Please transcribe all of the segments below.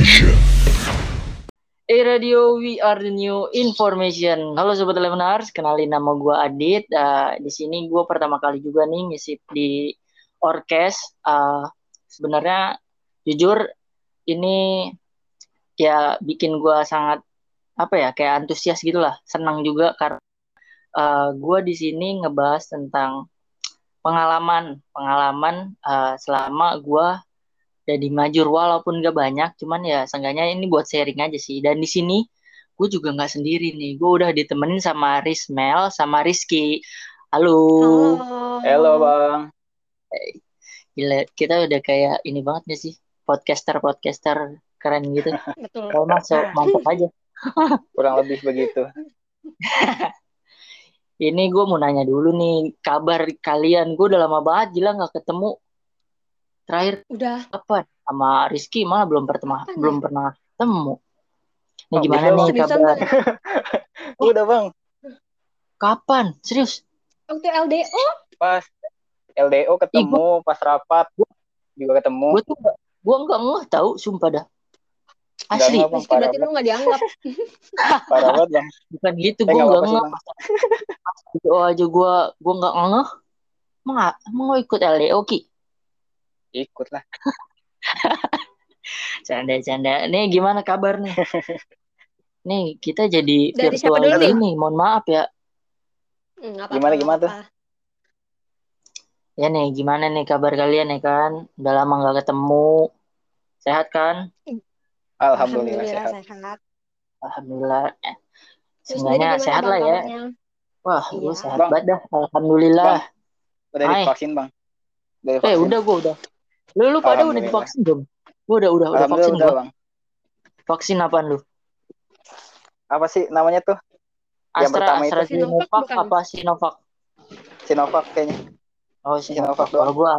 Radio, we are the new information. Halo Sobat Lemoners, kenalin nama gue Adit. Di sini gue pertama kali juga nih ngisi di orkes. Sebenarnya jujur ini ya bikin gue sangat kayak antusias gitulah, senang juga karena gue di sini ngebahas tentang pengalaman selama gue jadi majur walaupun gak banyak, cuman ya seenggaknya ini buat sharing aja sih. Dan di sini gue juga nggak sendiri nih, gue udah ditemenin sama Rismel sama Rizky. Halo. Halo Bang. Gila, kita udah kayak ini banget gak sih, podcaster keren gitu. Betul. Kalau masuk mantap aja. Kurang lebih begitu. Ini gue mau nanya dulu nih, kabar kalian. Gue udah lama banget gila nggak ketemu. Terakhir Udah. apa? Sama Rizky malah belum pernah ketemu. Ini Oh, gimana udah, nih Bang. kabar? Udah Bang. Kapan? Serius? Waktu LDO? Pas LDO ketemu, pas rapat juga ketemu. Gue nggak ngeh tahu, sumpah dah. Asli. Bang, berarti lu nggak dianggap. Parah banget Bang. Bukan gitu, gue nggak ngeh. Oh aja gue nggak ngeh. Mau ikut LDO Ki? Ikut lah. Canda. Nih gimana kabar nih? Nih kita jadi dari virtual ini. Mohon maaf ya. Gimana tuh? Ya nih, gimana nih kabar kalian ya kan? Udah lama nggak ketemu. Sehat kan? Alhamdulillah sehat. Alhamdulillah. Sebenarnya sehat lah ya. Wah, gue sehat banget dah. Alhamdulillah. Bang, udah divaksin Bang? Udah. Lu pada udah divaksin belum? Gue udah vaksin gue. Bang. Vaksin apaan lu? Apa sih namanya tuh? AstraZeneca apa Sinovac? Sinovac kayaknya. Oh, Sinovac. Kalau gue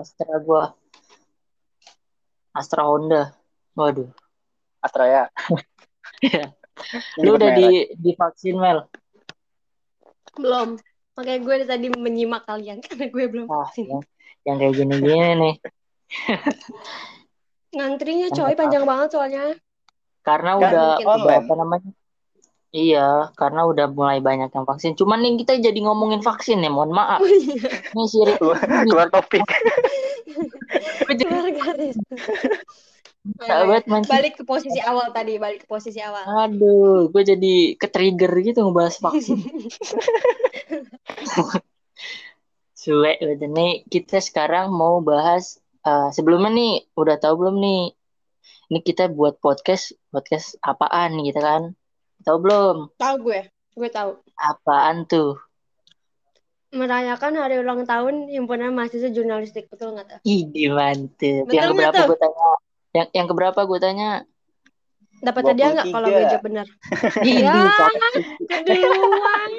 Astra Honda. Waduh. Astra ya. Lu udah divaksin Mel? Belum. Makanya gue tadi menyimak kalian karena gue belum vaksin. Yang kayak gini-gini nih. Ngantrinya coy panjang banget soalnya. Karena udah apa namanya? Iya, karena udah mulai banyak yang vaksin. Cuman nih kita jadi ngomongin vaksin ya, mohon maaf. Ini sih keluar topik. Keluar garis. Balik ke posisi awal tadi, Aduh, gue jadi ke-trigger gitu ngebahas vaksin. Suwe, nih kita sekarang mau bahas. Sebelumnya nih, udah tahu belum nih? Ini kita buat podcast apaan gitu kan? Tahu belum? Tahu gue tahu. Apaan tuh? Merayakan hari ulang tahun Himpunan Mahasiswa Jurnalistik, betul nggak tuh? Ih, mantep. Yang keberapa gue tanya? Yang keberapa gue tanya? Dapat hadiah nggak kalau gue jawab benar? Iya, keduluan.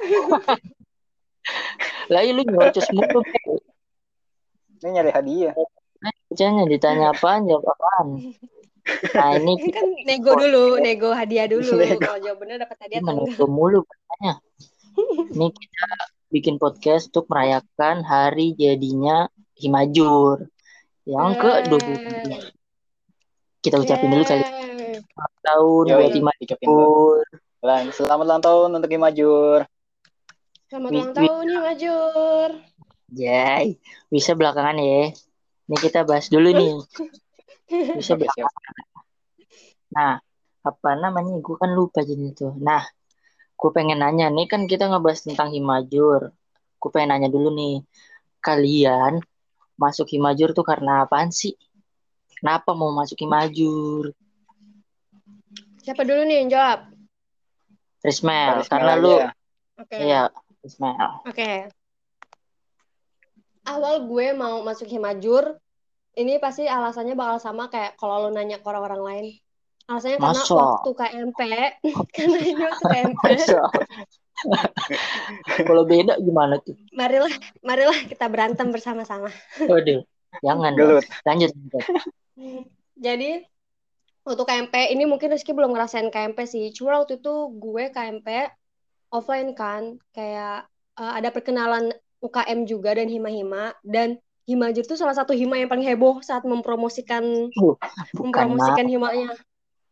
Lah lu nyocos mulu. Ini nyari hadiah. Jangan ditanya apaan, jawab apaan. Nah ini kan nego hadiah dulu. Kalau jawab benar dapat hadiah atau enggak? Mulu katanya. Ini kita bikin podcast untuk merayakan hari jadinya Himajur yang ke-20. Kita ucapin dulu kali. Selamat tahun buat Himajur. Selamat ulang tahun untuk Himajur. Selamat ulang tahun Himajur. Jai, bisa belakangan ya. Ini kita bahas dulu nih. Bisa belakangan. Nah, apa namanya? Gue kan lupa jadi tuh. Nah, gue pengen nanya nih, kan kita ngebahas tentang Himajur. Gue pengen nanya dulu nih, kalian masuk Himajur tuh karena apaan sih? Kenapa mau masuk Himajur? Siapa dulu nih yang jawab? Rismel, karena lu. Iya, Rismel. Oke. Awal gue mau masuk Himajur, ini pasti alasannya bakal sama kayak kalau lo nanya ke orang-orang lain. Alasannya karena waktu KMP. Karena ini waktu KMP. Kalau beda gimana tuh? Marilah kita berantem bersama-sama. Waduh, jangan. Lanjut. Jadi waktu KMP ini mungkin Rizky belum ngerasain KMP sih. Cuma waktu itu gue KMP offline kan, kayak ada perkenalan UKM juga dan hima-hima, dan Himajur tuh salah satu hima yang paling heboh saat mempromosikan himanya.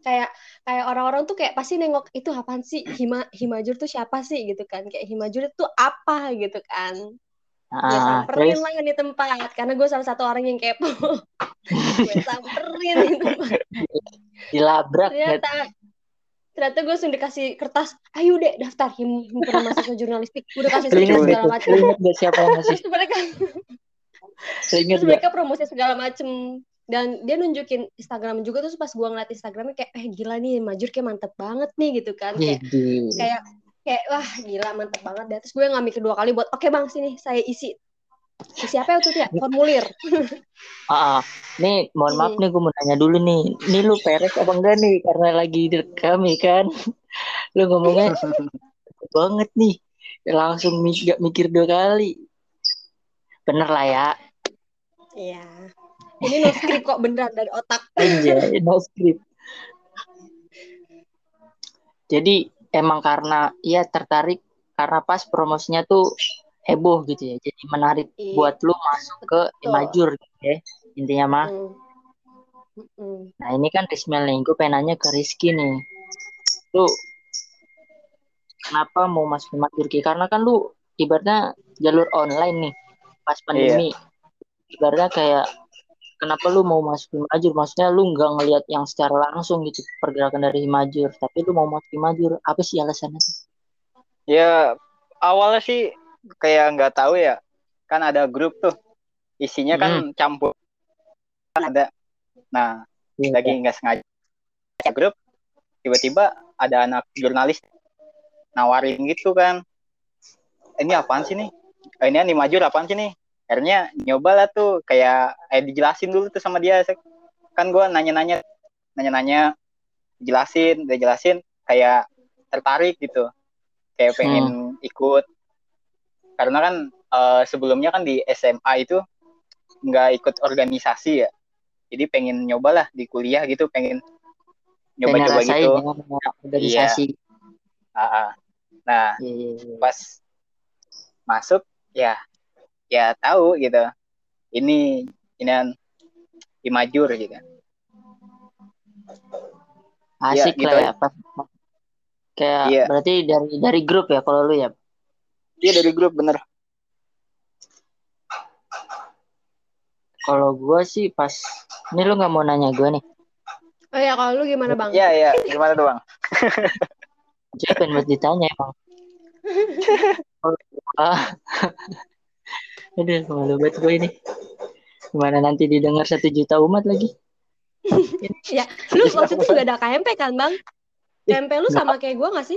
kayak kayak orang-orang tuh kayak pasti nengok itu apaan sih, Himajur tuh siapa sih gitu kan, kayak Himajur itu apa gitu kan. Gue samperin Terus lah di tempat karena gue salah satu orang yang kepo. Gue samperin di tempat. dilabrak nggak? ternyata ternyata gue langsung dikasih kertas, ayo deh daftar himpunan mahasiswa jurnalistik, udah kasih Lu inget searching gak segala tuh? macam. Lu inget gak siapa yang ngasih? terus mereka Lu inget terus gak? mereka promosi segala macem, dan dia nunjukin Instagram juga. Terus pas gue ngeliat Instagramnya kayak gila nih Majur kayak mantep banget nih gitu kan, kayak Jadi kayak kayak wah gila mantep banget deh. Terus gue ngambil kedua kali buat oke bang sini saya isi apa ya waktu itu ya, formulir. nih mohon maaf nih, gue mau nanya dulu nih. Nih lu peres apa enggak nih? Karena lagi direkam ya kan. Lu ngomongnya banget nih. Langsung gak mikir 2 kali. Bener lah ya. Iya, ini no script kok, beneran dari otak. Anjay, no script. Jadi emang karena ya tertarik karena pas promosinya tuh heboh gitu ya. Jadi menarik buat lu masuk ke Betul. Imajur gitu ya. Intinya mah. Mm. Nah ini kan Rismel nih. Gue pengen nanya ke Rizky nih. Lu kenapa mau masuk Imajur Ki? Karena kan lu ibaratnya jalur online nih pas Iya. pandemi. Ibaratnya kayak kenapa lu mau masuk Imajur? Maksudnya lu nggak ngelihat yang secara langsung gitu pergerakan dari Imajur, tapi lu mau masuk Imajur. Apa sih alasannya? Ya awalnya sih kayak nggak tahu ya. Kan ada grup tuh. Isinya Hmm, kan campur kan ada. Nah, lagi iya. nggak sengaja grup, tiba-tiba ada anak jurnalis nawarin gitu kan. Ini apaan sih nih? Ini Animajur apaan sih nih? Akhirnya nyoba lah tuh kayak dijelasin dulu tuh sama dia. Kan gue nanya-nanya, jelasin, udah jelasin kayak tertarik gitu. Kayak Hmm, pengen ikut. Karena kan sebelumnya kan di SMA itu nggak ikut organisasi ya. Jadi pengen nyobalah di kuliah gitu, pengen pengen nyoba-coba rasain gitu. ya Iya. organisasi. Nah, Iya, iya, iya. pas masuk ya ya tahu gitu. Ini Imajur gitu. Iya Asik gitu lah aja. ya. Pas, kayak Iya, berarti dari grup ya kalau lu ya. iya dari grup bener. Kalau gue sih pas ini lu nggak mau nanya gue nih. Oh ya, kalau lu gimana bang? Iya, iya. Gimana tuh, Bang? Jadi pengen buat ditanya emang. Kalau gua, aduh malu banget gue ini. Gimana nanti didengar 1 juta umat lagi? Ya, lu waktu itu juga ada KMP kan bang? KMP lu Nggak sama kayak gue gak sih?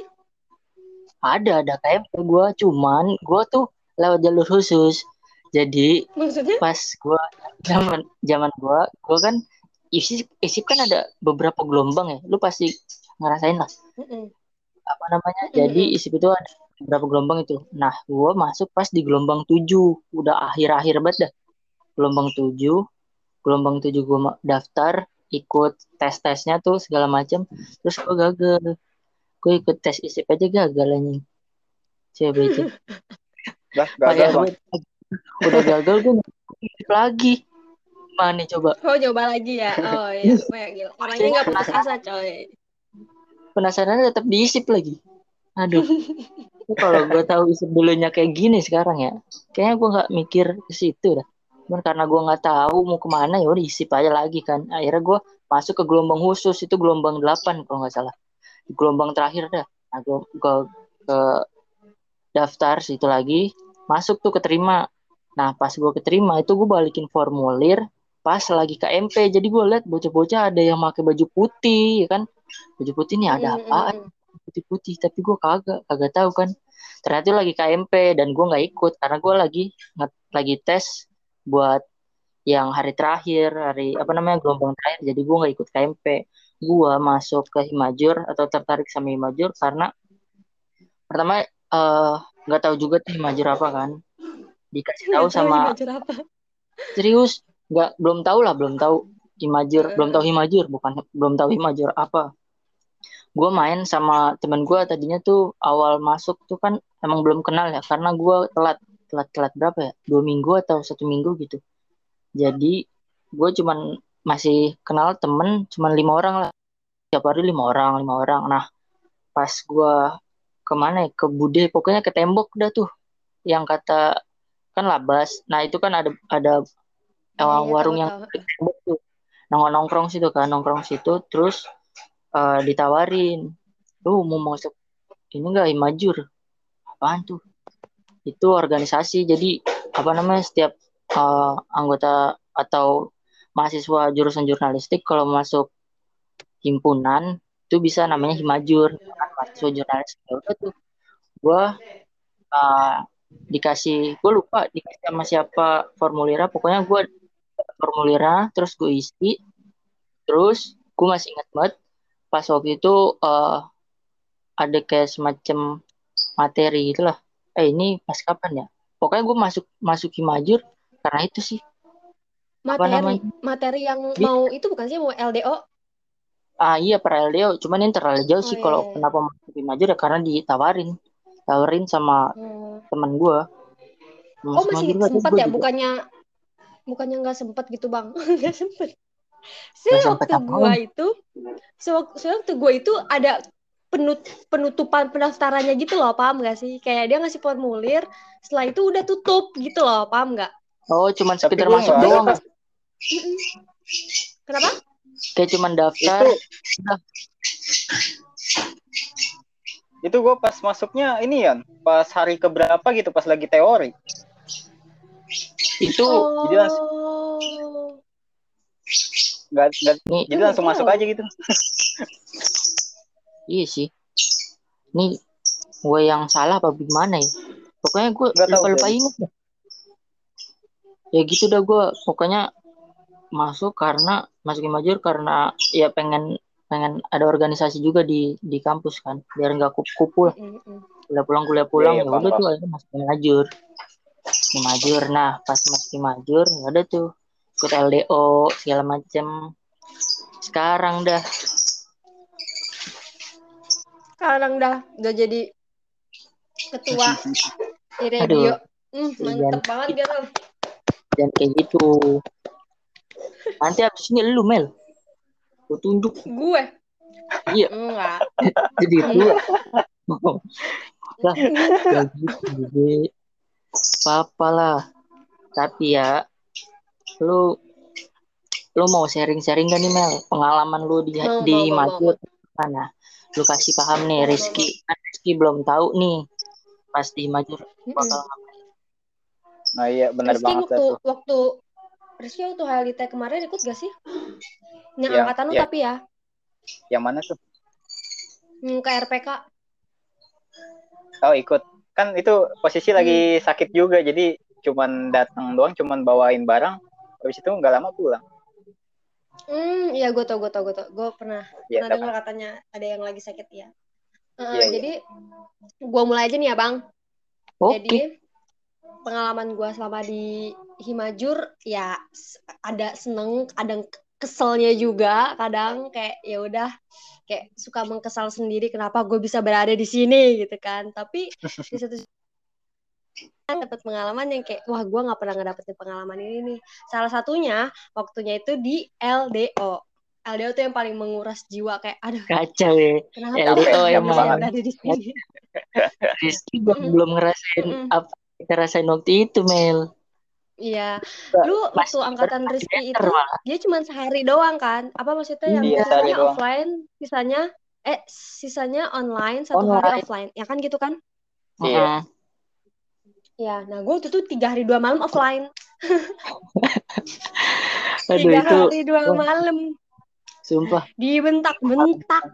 ada KMP gue, cuman gue tuh lewat jalur khusus. Jadi Maksudnya? pas gue zaman zaman gue kan isi kan ada beberapa gelombang ya. Lu pasti ngerasain lah Mm-mm. apa namanya. Jadi Mm-mm. isi itu ada beberapa gelombang itu. Nah, gue masuk pas di gelombang 7, udah akhir-akhir banget dah. Gelombang 7, gelombang 7 gue daftar, ikut tes-tesnya tuh segala macem. Terus gue gagal. Gue ikut tes ISIP aja gagal anjing. Coba itu. Lah, gagal, Payah Bang. banget. Udah gagal gue ngikut lagi. Mana nih coba? Oh nyoba lagi ya? Oh iya, wah gila. Orangnya Pastinya nggak putus asa coy. penasaran tetap diisip lagi. Aduh, ini kalau gue tahu isip dulunya kayak gini sekarang ya, kayaknya gue nggak mikir ke situ dah. Cuman karena gue nggak tahu mau kemana ya udah isip aja lagi kan. Akhirnya gue masuk ke gelombang khusus, itu gelombang 8 kalau nggak salah. Di gelombang terakhir dah. Nah, gue ke daftar situ lagi, masuk tuh keterima. Nah pas gue keterima itu gue balikin formulir pas lagi KMP. Jadi gue liat bocah-bocah ada yang pakai baju putih ya kan. Baju putih ini ada apaan? Mm-mm. Putih-putih, tapi gue kagak kagak tahu kan. Ternyata itu lagi KMP dan gue nggak ikut karena gue lagi tes buat yang hari terakhir, hari apa namanya gelombang terakhir. Jadi gue nggak ikut KMP. Gue masuk ke Himajur atau tertarik sama Himajur karena pertama nggak tahu juga tuh Himajur apa kan. Dikasih tahu Nggak tahu sama Himajur apa. serius, nggak, belum tahu lah, belum tahu Himajur, belum tahu Heeh. Himajur, bukan belum tahu Himajur apa. Gue main sama temen gue tadinya tuh awal masuk tuh kan emang belum kenal ya karena gue telat telat telat berapa ya, 2 minggu atau 1 minggu gitu. Jadi gue cuman masih kenal temen cuman 5 orang lah. tiap hari 5 orang. Nah pas gua kemana ya, ke Bude, pokoknya ke tembok dah tuh yang kata kan Labas. Nah itu kan ada Iya, iya, tahu warung yang tahu. di tembok tuh, nongkrong situ kan, nongkrong situ terus ditawarin, lu mau masuk ini enggak Imajur? Apaan tuh? Itu organisasi, jadi apa namanya, setiap anggota atau mahasiswa jurusan jurnalistik kalau masuk himpunan itu bisa namanya Himajur, kan mahasiswa jurnalistik. Ya udah tuh gue uh, gue lupa dikasih sama siapa formulirnya, pokoknya gue formulirnya terus gue isi, terus gue masih ingat banget pas waktu itu ada kayak semacam materi itulah. Ini pas kapan ya, pokoknya gue masuk masuk Himajur karena itu sih, apa Materi, namanya, materi yang di mau itu bukan sih, mau LDO? iya para LDO, cuman ini terlalu jauh Oh sih iya, kalau iya. kenapa masuk Himajur ya, karena tawarin sama Hmm. teman gue Oh masuk masih Himajur, tapi sempat gue ya, juga bukannya nggak sempat gitu bang? Nggak sempat. gak sempet apa. Sewaktu gua itu ada penutupan pendaftarannya gitu loh, paham nggak sih? Kayak dia ngasih formulir, setelah itu udah tutup gitu loh, paham nggak? Oh cuman Tapi sekedar gue masuk nggak ada doang, tuh. Mm-mm. Kenapa? kayak cuman daftar Itu udah. itu gue pas masuknya ini ya, pas hari keberapa gitu, pas lagi teori. Itu Jadi langsung Oh, nggak nih, jadi gue baru langsung masuk tahu. aja gitu. iya sih, nih gue yang salah apa gimana ya, pokoknya gue Nggak tahu lupa Dan. inget dah. Ya gitu dah, gue pokoknya masuk Imajur karena ya pengen pengen ada organisasi juga di kampus kan, biar nggak kupu-kupu lah. Mm-mm. Kuliah Iya pulang iya ya paham udah paham. tuh akhirnya masuk Imajur. Nah pas masuk Imajur nggak ada tuh ikut LDO segala macem. Sekarang dah Sekarang udah jadi ketua aduh, radio. jangan Mantep banget gitu. jangan kayak gitu, nanti abis ini lu Mel, gue tunjuk. Gue Iya enggak. jadi tua. Lah gak gitu Bebe, apa lah. Tapi ya lu lu mau sharing-sharing gak nih Mel, pengalaman lu Mau di mau mau mau Majur mau mana, lu kasih paham nih mau. Rizky, kan Rizky belum tahu nih pas di Majur bakal Mm-mm. ngapain. Nah iya benar Rizky banget lah waktu tuh. waktu Rizky waktu HLIT kemarin ikut gak sih? Yang Yang angkatan lu ya, tapi ya, yang mana tuh? yang ke RPK. Oh ikut. Kan itu posisi Hmm. lagi sakit juga, jadi cuman datang doang, cuman bawain barang. Habis itu nggak lama pulang. Iya gue tau. Gue pernah Iya, pernah dengar sama. katanya ada yang lagi sakit ya. Iya, iya. Jadi gue mulai aja nih ya bang. Oke. Jadi pengalaman gue selama di Himajur ya ada seneng, ada keselnya juga. Kadang kayak ya udah kayak suka mengkesal sendiri kenapa gue bisa berada di sini gitu kan. Tapi di satu sisi dapat pengalaman yang kayak wah gue nggak pernah ngedapetin pengalaman ini nih. Salah satunya waktunya itu di LDO. LDO tuh yang paling menguras jiwa kayak aduh Kacau ya kenapa Capek, LDO gue capek bisa emang. banget. berada di sini. Rizky Mm-mm, belum ngerasain mm-mm. apa yang kita rasain waktu itu Mel. Iya, lu waktu Masih angkatan masih Rizky better itu malah. dia cuma sehari doang kan? Apa maksudnya yang Iya, Iya, sehari sisanya doang. offline, sisanya online, 1 hari online. offline, ya kan gitu kan? Iya. Ya, nah gue waktu itu 3 hari 2 malam offline, Aduh tiga itu, hari dua wah, malam, sumpah. dibentak-bentak.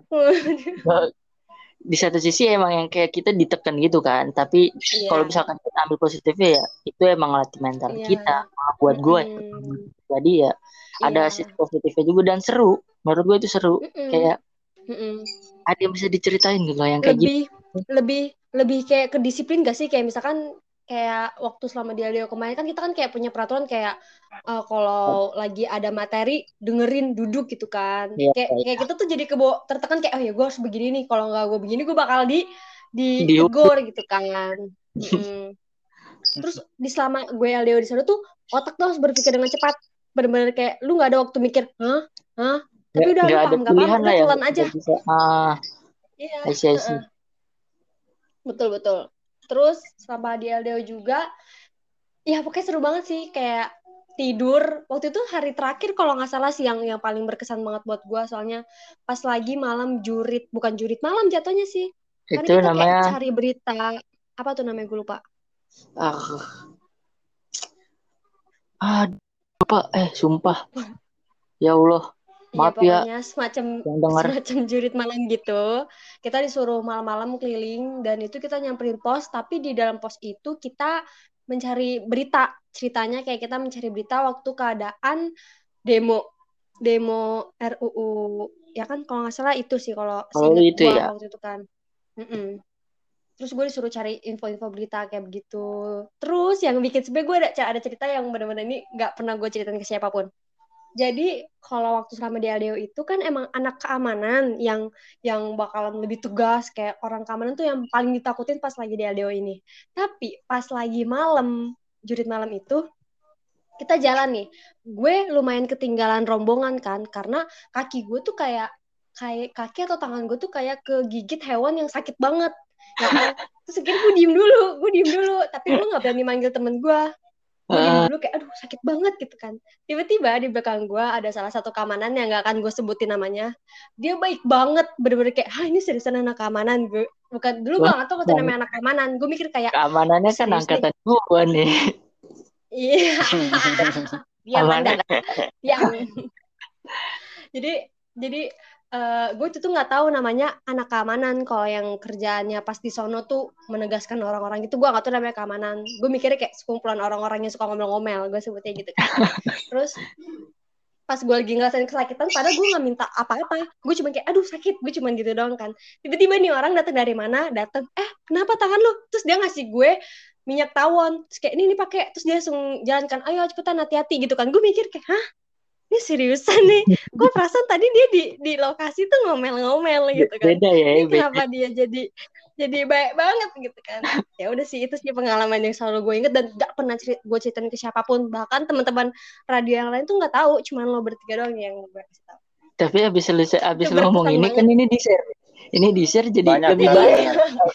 Di satu sisi emang yang kayak kita ditekan gitu kan, tapi kalau Iya, misalkan kita ambil positifnya ya itu emang latih mental iya, kita. Kalau buat gue mm-mm, jadi ya ada iya, sisi positifnya juga dan seru, menurut gue itu seru, mm-mm, kayak mm-mm. ada yang bisa diceritain gitu loh yang kayak gitu. lebih lebih lebih kayak ke disiplin gak sih, kayak misalkan kayak waktu selama di Alio kemarin kan kita kan kayak punya peraturan kayak kalau lagi ada materi dengerin duduk gitu kan, Ya, kayak kita tuh jadi tertekan kayak oh ya gue harus begini nih, kalau nggak gue begini gue bakal dihukum. ditegur gitu kan. Mm-mm. Terus di selama gue LDO di sana tuh otak tuh harus berpikir dengan cepat, bener-bener kayak lu nggak ada waktu mikir hah Tapi udah lu nggak ada paham gak paham, pilihan lah udah ya, telan aja. nggak bisa. Iya. I see. Betul. Terus sama di LDO juga, ya pokoknya seru banget sih, kayak tidur. Waktu itu hari terakhir kalau nggak salah sih yang paling berkesan banget buat gue, soalnya pas lagi malam jurit, bukan jurit malam jatuhnya sih. Karena Itu kita kayak namanya cari berita, apa tuh namanya gue lupa. lupa. Sumpah. Ya Allah, Iya maaf ya pokoknya semacam yang dengar. jurit malam gitu. Kita disuruh malam-malam keliling dan itu kita nyamperin pos, tapi di dalam pos itu kita mencari berita. Ceritanya kayak kita mencari berita waktu keadaan demo RUU, ya kan kalau nggak salah itu sih kalau seingat itu gue ya. waktu itu kan. Terus gue disuruh cari info-info berita kayak begitu. Terus yang bikin sebenarnya gue ada cerita yang benar-benar ini nggak pernah gue ceritain ke siapapun. Jadi kalau waktu selama di LDO itu kan emang anak keamanan yang bakalan lebih tugas, kayak orang keamanan tuh yang paling ditakutin pas lagi di LDO ini. Tapi pas lagi malam, jurit malam itu, kita jalan nih. Gue lumayan ketinggalan rombongan kan, karena kaki gue tuh kayak kaki atau tangan gue tuh kayak kegigit hewan yang sakit banget. Ya kan? Terus akhirnya gue diem dulu. Tapi gue gak berani manggil temen gue diem dulu kayak aduh sakit banget gitu kan. Tiba-tiba di belakang gue ada salah satu keamanan yang gak akan gue sebutin namanya. Dia baik banget, bener-bener kayak ini seriusan anak keamanan. Gue bukan dulu gue gak tau kalau namanya anak keamanan. Gue mikir kayak keamanannya kan serius nih. angkatan gue nih. Iya. Diam Anda. Diam. Jadi gue tuh nggak tahu namanya anak keamanan. Kalau yang kerjaannya pas di sono tuh menegaskan orang-orang itu, gue nggak tahu namanya keamanan. Gue mikirnya kayak sekumpulan orang-orang yang suka ngomel-ngomel, gue sebutnya gitu kan. Terus pas gue lagi ngerasain kesakitan, padahal gue nggak minta apa-apa, gue cuma kayak aduh sakit, gue cuma gitu doang kan. Tiba-tiba nih orang datang dari mana, kenapa tangan lu? Terus dia ngasih gue minyak tawon, terus kayak ini pakai, terus dia langsung jalankan, ayo cepetan hati-hati gitu kan. Gue mikir kayak ini seriusan nih, gue perasaan tadi dia di lokasi tuh ngomel-ngomel gitu kan. Beda ya, ini kenapa dia jadi baik banget gitu kan. Ya udah sih, itu sih pengalaman yang selalu gue inget dan gak pernah gue ceritain ke siapapun, bahkan teman-teman radio yang lain tuh nggak tahu, cuman lo bertiga doang yang gue kasih tahu. Tapi abis lo ngomong ini banget. Kan ini di share jadi banyak, lebih banyak.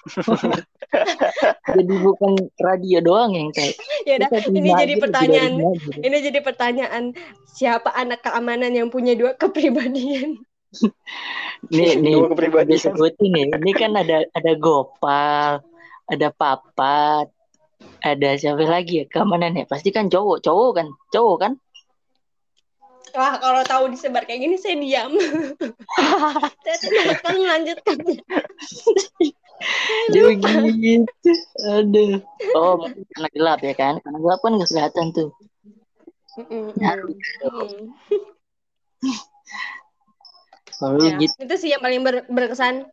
Jadi bukan radio doang yang tahu. Ya udah, ini jadi pertanyaan siapa anak keamanan yang punya dua kepribadian? nih disebutin nih. Ini kan ada Gopal, ada Papat, ada siapa lagi ya keamanan ya? Pasti kan cowok kan? Wah, kalau tahu disebar kayak gini saya diam. Saya tidak akan melanjutkannya. Dia gitu. Aduh. Oh, karena gelap ya kan? Karena gelap kan nggak kelihatan tuh. Ya, gitu. Itu sih yang paling berkesan.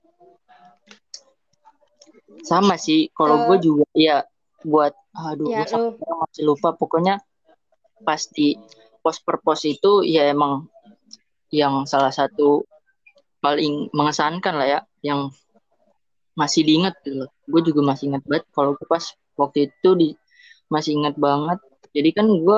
Sama sih. Kalau gue juga ya buat gue masih lupa. Pokoknya pasti pos per pos itu ya emang yang salah satu paling mengesankan lah ya, yang masih diingat gitu. Gue juga masih ingat banget kalau gue pas waktu itu masih ingat banget. Jadi kan gue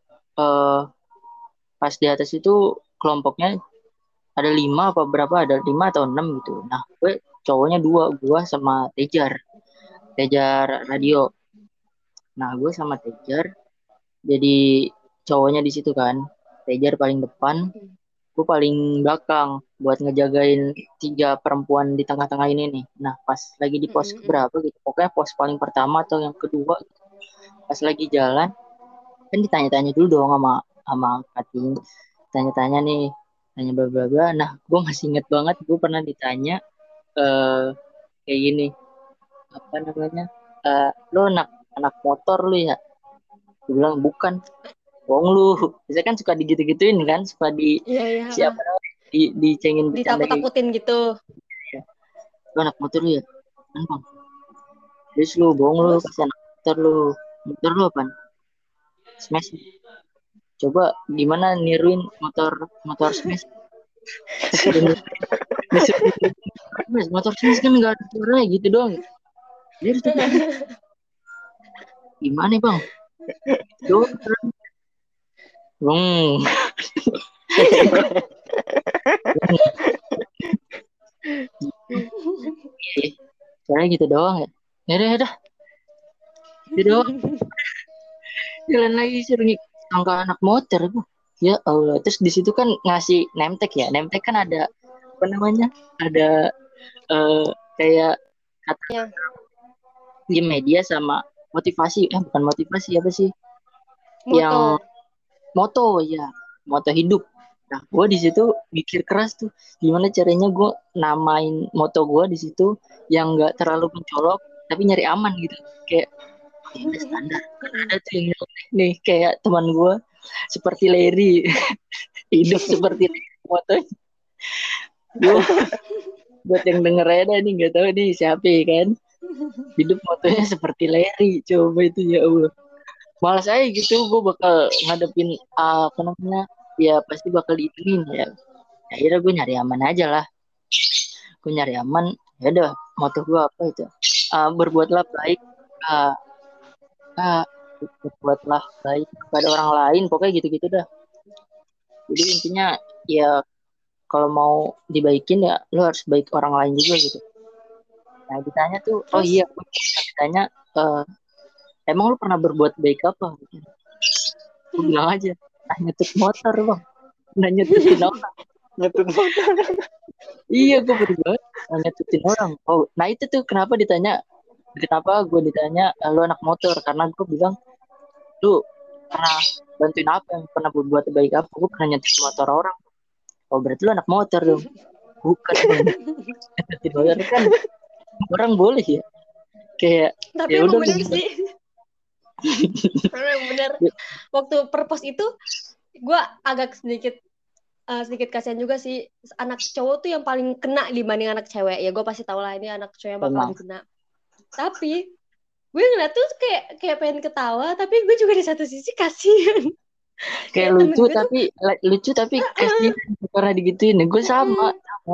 pas di atas itu kelompoknya ada 5 apa berapa, ada 5 atau 6 gitu. Nah gue cowoknya 2, gue sama Tejar radio. Nah gue sama Tejar jadi cowoknya di situ kan. Tejar paling depan, gue paling belakang buat ngejagain 3 perempuan di tengah-tengah ini nih. Nah pas lagi di pos berapa gitu, pokoknya pos paling pertama atau yang kedua, pas lagi jalan kan ditanya-tanya dulu dong sama Kating, tanya-tanya nih, tanya bla bla bla. Nah gue masih inget banget, gue pernah ditanya kayak gini, apa namanya, lo anak motor lu ya? Gue bilang bukan. Bohong lu. Biasanya kan suka digitu-gituin kan, suka siapa dicengin, ditakut-takutin gitu. Ya. Lu anak motor lu ya? Kan bang. Terus lu bohong lu, pasti anak motor lu. Motor lu apaan? Smash. Coba gimana niruin motor Smash? Motor Smash kan nggak ada suaranya gitu doang. Gimana bang? Soalnya gitu doang ya. Ya udah, gitu doang. Jalan lagi suruh angka anak motor gua. Ya Allah, terus di situ kan ngasih name tag ya. Name tag kan ada apa namanya? Ada eh, kayak kata Ya. di media sama motivasi. Bukan motivasi apa sih? Moto. Yang moto ya, moto hidup. Nah, gue di situ mikir keras tuh, gimana caranya gue namain moto gue di situ yang nggak terlalu mencolok, tapi nyari aman gitu. Kayak ya udah standar. Kan ada tuh yang nyelek nih, kayak teman gue seperti Larry, hidup seperti Larry motonya. Gue buat yang denger aja nih, nggak tahu nih siapa ya kan. Hidup motonya seperti Larry, coba itu ya Allah. Malas aja gitu, gue bakal ngadepin apa namanya, ya pasti bakal diituin ya. Akhirnya gue nyari aman aja lah. Gue nyari aman, ya udah moto gue apa itu? Berbuatlah baik, uh, uh, berbuatlah baik kepada orang lain, pokoknya gitu-gitu dah. Jadi intinya ya kalau mau dibaikin ya lo harus baik orang lain juga gitu. Nah ditanya tuh, oh Terus iya, ditanya, uh, emang lu pernah berbuat baik apa? Gue bilang aja, nyetir motor bang, nyetir orang. Ngetut motor. Iya, gue baru banget nyetutin orang. Oh, nah itu tuh kenapa gue ditanya, lu anak motor? Karena gue bilang, lu pernah bantuin apa, yang pernah berbuat baik apa? Gue pernah nyetir motor orang. Oh, berarti lu anak motor dong. Bukan, bang. Nyetir motor kan orang boleh ya. Kayak, tapi ya emang udah lu bener bilang. sih. Emang bener. Waktu perpos itu gue agak sedikit kasihan juga sih, anak cowok tuh yang paling kena dibanding anak cewek. Ya gue pasti tau lah ini anak cowok yang bakalan Emang. kena. Tapi gue ngeliat tuh kayak pengen ketawa, tapi gue juga di satu sisi kasihan. Kayak Kayak temen lucu gue tuh tapi kasihan karena digituin. Gue sama.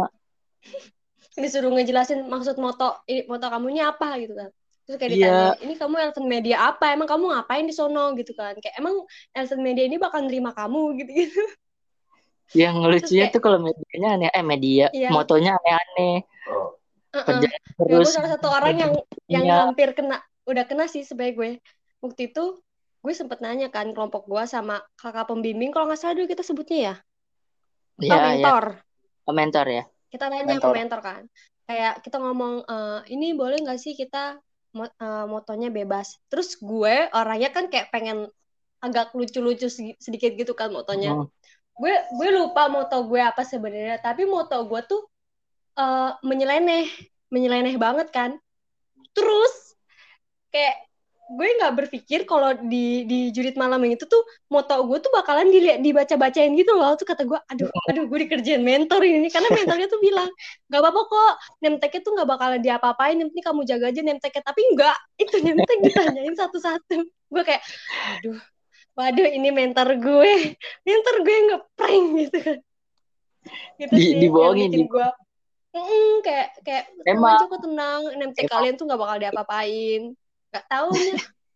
disuruh ngejelasin maksud moto kamunya apa gitu kan. Terus kayak ditanya, Iya, ini kamu Elven Media apa? Emang kamu ngapain di sono gitu kan? Kayak emang Elven Media ini bakal nerima kamu gitu-gitu. yang Terus lucunya kayak, tuh kalau medianya media iya, motonya aneh-aneh, kerjaan ya gue terus salah satu orang yang punya. hampir udah kena sih sebagai gue. Waktu itu gue sempet nanya kan kelompok gue sama kakak pembimbing, kalau nggak salah dulu kita sebutnya ya, Ya ya, mentor. komentar ya. Kita nanya ke Mentor. mentor kan, kayak kita ngomong, ini boleh nggak sih kita motonya bebas. Terus gue orangnya kan kayak pengen agak lucu-lucu sedikit gitu kan motonya. Hmm. Gue lupa moto gue apa sebenarnya, tapi moto gue tuh menyeleneh menyeleneh banget kan. Terus kayak gue nggak berpikir kalau di jurit malam yang itu tuh moto gue tuh bakalan dibaca-bacain gitu loh. Tuh kata gue, aduh gue dikerjain mentor ini, karena mentornya tuh bilang nggak apa-apa kok, nemteknya tuh nggak bakalan diapa-apain, yang penting kamu jaga aja nemteknya. Tapi enggak, itu nemtek ditanyain satu-satu. Gue kayak, waduh ini mentor gue ngeprank gitu kan. Gitu sih yang Dibohongin bikin di gue kayak tenang emang aja kok, tenang, nemtek kalian tuh nggak bakal diapa-apain. Nggak taunya.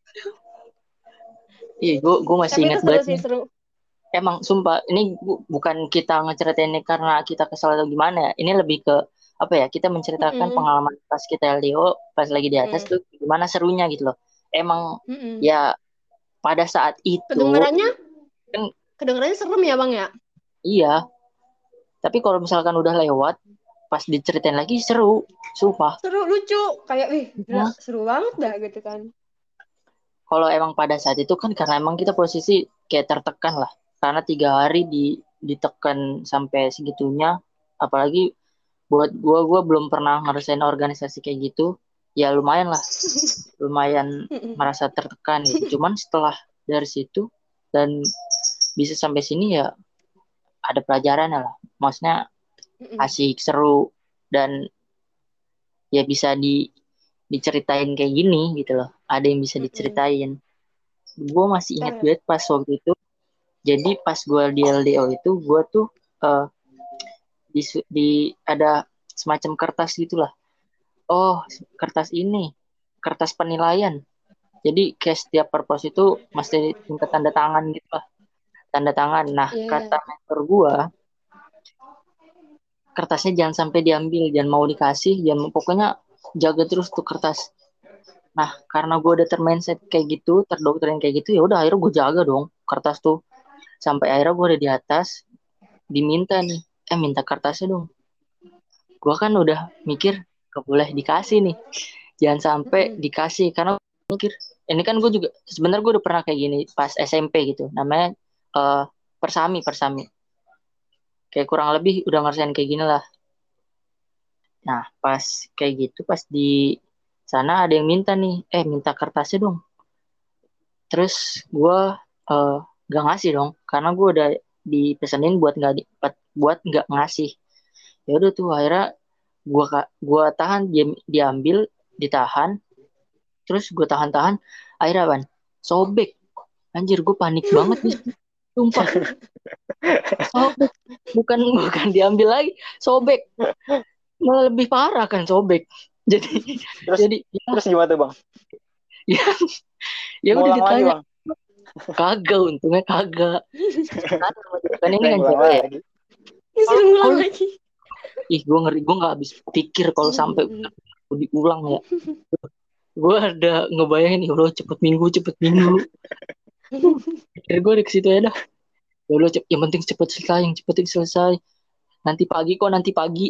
iya, gue masih Tapi itu ingat seru banget sih, nih. seru. Emang sumpah ini bukan kita ngeceritain ini karena kita kesal atau gimana ya, ini lebih ke apa ya, kita menceritakan Mm-mm. pengalaman pas kita LDO pas lagi di atas Mm-mm. tuh gimana serunya gitu loh. Emang Mm-mm. ya pada saat itu Kedengarannya, kan kedengarannya serem ya bang ya. iya, tapi kalau misalkan udah lewat pas diceritain lagi seru, sumpah. Seru, lucu, kayak wih gila, Nah, seru banget dah gitu kan. kalau emang pada saat itu kan karena emang kita posisi kayak tertekan lah, karena 3 hari ditekan sampai segitunya, apalagi buat gua belum pernah ngerasain organisasi kayak gitu, ya lumayan lah, lumayan Mm-mm. merasa tertekan gitu. Cuman setelah dari situ dan bisa sampai sini ya ada pelajarannya lah, maksudnya Mm-mm. asik, seru, dan ya bisa diceritain kayak gini gitu loh, ada yang bisa Mm-mm. diceritain. Gue masih ingat Keren. banget pas waktu itu, jadi pas gue di LDO itu gue tuh eh, ada semacam kertas gitulah. Oh, kertas ini kertas penilaian, jadi kayak setiap purpose itu mesti minta tanda tangan gitu lah, tanda tangan. Nah, Iya, kata yeah. mentor gue, kertasnya jangan sampai diambil, jangan mau dikasih, pokoknya jaga terus tuh kertas. Nah, karena gue udah termindset kayak gitu, terdoktrin kayak gitu, ya udah akhirnya gue jaga dong kertas tuh. Sampai akhirnya gue udah di atas, diminta nih, minta kertasnya dong. Gue kan udah mikir, gak boleh dikasih nih. Jangan sampai dikasih, karena mikir, ini kan gue juga, sebenarnya gue udah pernah kayak gini pas SMP gitu. Namanya persami. Kayak kurang lebih udah ngerasain kayak gini lah. Nah, pas kayak gitu, pas di sana ada yang minta nih, minta kertasnya dong. Terus gue uh, gak ngasih dong, karena gue udah dipesenin buat nggak ngasih. Ya udah tuh akhirnya gue tahan, diambil, ditahan, terus gue tahan, akhirnya ban sobek. Anjir, gue panik banget nih, sumpah. Sobek, bukan bukan diambil lagi, sobek. Malah lebih parah kan, sobek. Jadi Terus jadi terus gimana tuh, Bang? ya ya udah Ngulang lagi, ditanya, Bang. kagak, untungnya kagak. Kan ini kan Ngulang cewek ya. lagi. Disuruh ngulang lagi. Ih, gue ngeri, gue nggak habis pikir kalau sampai diulang ya. Gue ada ngebayangin, ya Allah cepet minggu. Pikir gue ke situ ya dah. Ya Allah, yang penting cepet selesai. Nanti pagi.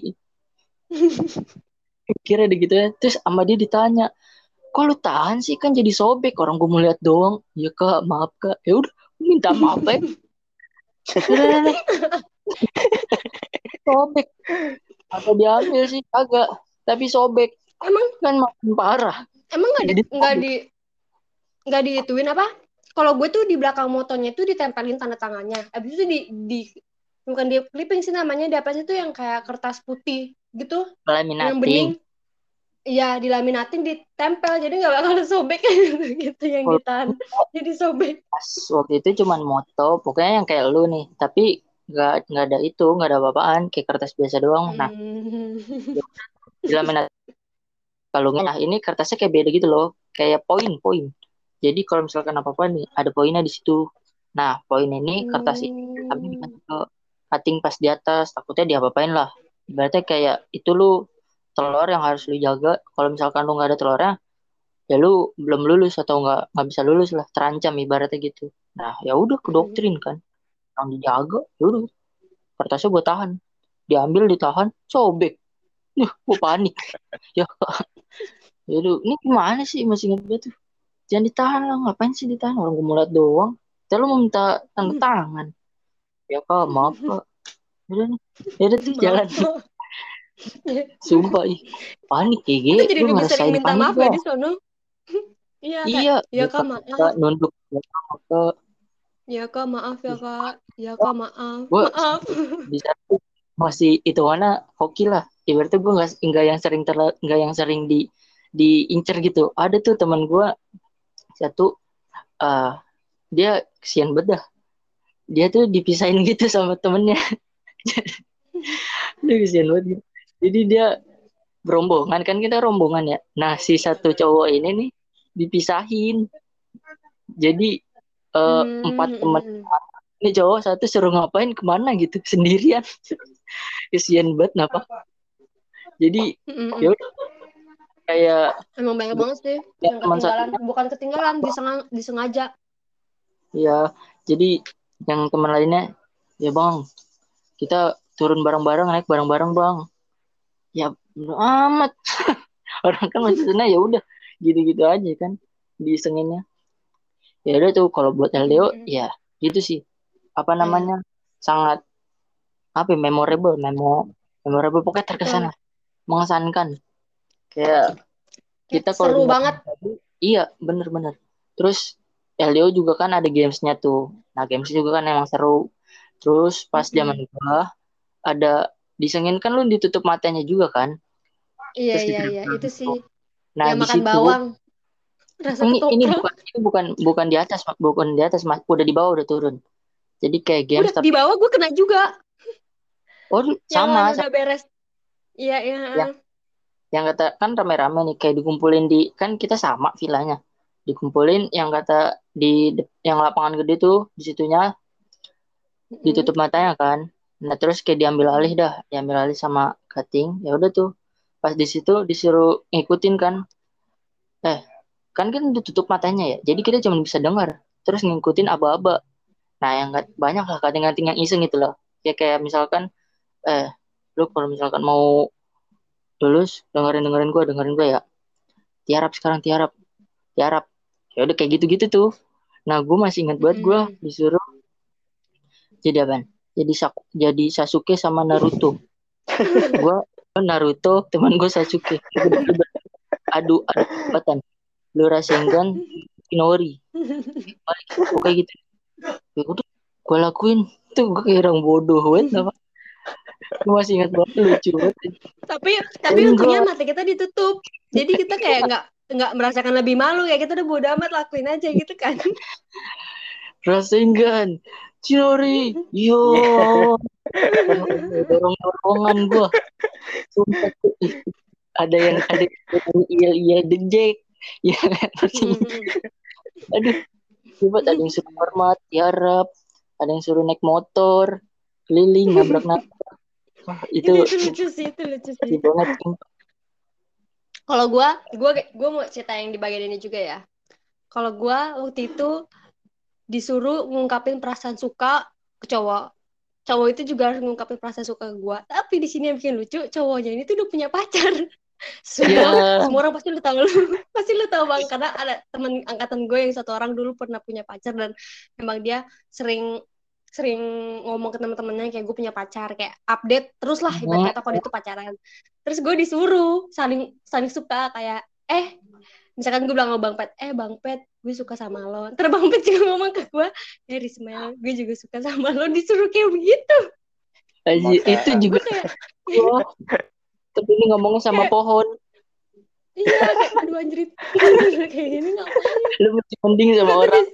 Pikirnya deh gitu ya. Terus sama dia ditanya, kok lu tahan sih, kan jadi sobek, orang gue mau lihat doang. Ya kak, maaf kak. Ya udah, minta maaf ya. Udah. Sobek. Atau diambil sih kagak, tapi sobek. Emang Kan makin parah. emang Jadi nggak diituin apa? Kalau gue tuh di belakang motonya tuh ditempelin tanda tangannya. Abis itu di bukan di clipping sih namanya, di apa sih tuh yang kayak kertas putih gitu, yang laminating. bening. Iya, dilaminatin, ditempel, jadi nggak bakal sobek gitu yang Kalau ditahan. Jadi sobek. pas waktu itu cuman moto, pokoknya yang kayak lu nih, tapi nggak ada itu, nggak ada apa-apaan, kayak kertas biasa doang. Nah, dilaminating kalungnya, nah ini kertasnya kayak beda gitu loh, kayak poin. Jadi kalau misalkan apa-apa nih, ada poinnya di situ. Nah, poin ini kertas ini tapi dikasih ke cutting pas di atas, takutnya diapa-apain lah. Ibaratnya kayak itu lu telur yang harus lu jaga. Kalau misalkan lu nggak ada telurnya, ya lu belum lulus atau nggak bisa lulus lah, terancam ibaratnya gitu. Nah, ya udah ke doktrin kan, yang dijaga, ya udah kertasnya gue tahan, diambil, ditahan, sobek. Gue panik. Ya, ya udah, ini gimana sih, masih ingat gue tuh. Jangan ditahan lah, ngapain sih ditahan, orang gue mau lihat doang. Kita lu mau minta tanda tangan. Ya kak, maaf kak. Udah nih, ya udah tuh jalan. Maaf. Sumpah, panik ya, Kita jadi lu lebih sering ngerasain minta panik maaf ya gak? di sono. Iya kayak, Iya, ya ya kak kak, maaf, nunduk, ya kak. ya kak maaf ya kak, ya kak maaf, Gue maaf. bisa masih itu mana hoki lah. Ibaratnya gue nggak yang sering diincer gitu. Ada tuh teman gue satu, uh, dia kesian bedah. Dia tuh dipisahin gitu sama temennya. Dia kesian banget gitu. Jadi dia berombongan, kan kita rombongan ya. Nah, si satu cowok ini nih dipisahin. Jadi empat teman, ini cowok satu suruh ngapain kemana gitu sendirian. Kesian banget, kenapa? Jadi ya udah, kayak Emang banyak banget sih ya, yang teman ketinggalan, satunya bukan ketinggalan, disengaja. ya. Jadi yang teman lainnya, ya bang, kita turun bareng-bareng, naik bareng-bareng bang. Ya bodo amat. Orang kan maksudnya ya udah gitu-gitu aja kan disenginnya. Ya udah tuh, kalau buat LDO ya gitu sih, apa namanya, sangat apa ya, memorable, pokoknya terkesan Betul. lah, mengesankan. Kayak kita kalau Seru dengar banget. tadi, iya bener-bener. Terus LDO juga kan ada gamesnya tuh. Nah, games juga kan emang seru. Terus pas zaman gua ada disengin kan, lu ditutup matanya juga kan. Iya, Terus iya, iya. ditempel Itu gitu. sih Nah, yang di makan situ bawang. Rasa ini ketoprak. bukan di atas, bukan di atas Mas, udah di bawah, udah turun. Jadi kayak games Udah di tapi bawah gue kena juga. oh Yang lain sama udah beres. Iya, iya. yang kata kan rame-rame nih, kayak dikumpulin di, kan kita sama vilanya. Dikumpulin yang kata di yang lapangan gede tuh, di situnya ditutup matanya kan. Nah terus kayak diambil alih sama cutting. Ya udah tuh, pas di situ disuruh ngikutin kan. Kan udah tutup matanya ya. Jadi kita cuma bisa dengar. Terus ngikutin aba-aba. Nah yang banyak lah cutting-cutting yang iseng gitu loh. Ya kayak misalkan, lu kalau misalkan mau lulus, dengerin gue ya. Tiarap sekarang, tiarap, tiarap. Ya udah kayak gitu-gitu tuh. Nah gue masih ingat banget gue disuruh jadi apa? Jadi Sasuke sama Naruto. Gue Naruto, teman gue Sasuke. Adu kekuatan. Lu Rasengan, Kinori. Balik, kayak gitu. Ya udah, gue lakuin. Tuh gue kayak orang bodoh banget. Gue masih ingat banget, lucu banget. Tapi untungnya mata kita ditutup. Jadi kita kayak nggak merasakan lebih malu, kayak kita udah bodo amat lakuin aja gitu kan. Rasengan, Kinori, yo. Dorong-dorongan gue. Sumpah tuh. Ada yang iya dejek. Ya, aduh, coba ada yang suruh hormat, tiarap, ada yang suruh naik motor, keliling, nabrak-nabrak. Itu lucu sih. banget. Kalau gue mau cerita yang di bagian ini juga ya. Kalau gue waktu itu disuruh ngungkapin perasaan suka ke cowok itu juga harus ngungkapin perasaan suka ke gue. Tapi di sini yang bikin lucu, cowoknya ini tuh udah punya pacar. Semua orang pasti lu tahu bang, karena ada teman angkatan gue yang satu orang dulu pernah punya pacar dan memang dia sering ngomong ke teman-temannya kayak gue punya pacar, kayak update terus lah ibarat kata kalau itu pacaran. Terus gue disuruh saling suka, kayak misalkan gue bilang sama Bang Pet gue suka sama lo, terus Bang Pet juga ngomong ke gue, Rismel gue juga suka sama lo, disuruh kayak begitu. Itu juga kayak tapi ini ngomongnya sama pohon. Iya, kayak aduh anjrit. Kayak gini ngapain? Lu mesti mending sama orang.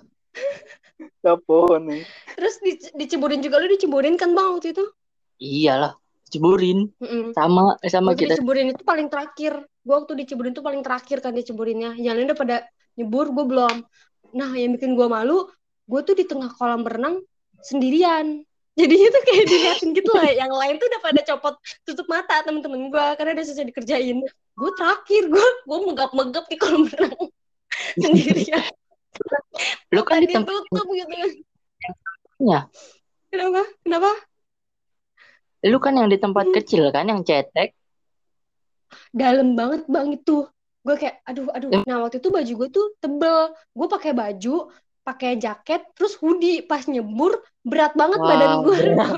Ke pohon nih. Terus diceburin juga, lu diceburin kan bang waktu itu? Iyalah, ceburin. Sama waktu kita. Diceburin itu paling terakhir. Gue waktu diceburin itu paling terakhir kan diceburinnya. Yang lain udah pada nyebur, gue belum. Nah, yang bikin gue malu, gue tuh di tengah kolam berenang sendirian. Jadinya tuh kayak diliatin gitu lah. Yang lain tuh udah pada copot tutup mata temen-temen gue karena udah selesai dikerjain. Gue terakhir, gue megap-megap di kolam renang sendirian. Lu kan ditutup gitu. Ya. Kenapa? Lu kan yang di tempat kecil kan, yang cetek. Dalam banget bang itu. Gue kayak aduh. Nah waktu itu baju gue tuh tebel. Gue pakai baju, pakai jaket, terus hoodie. Pas nyebur berat banget badan gue.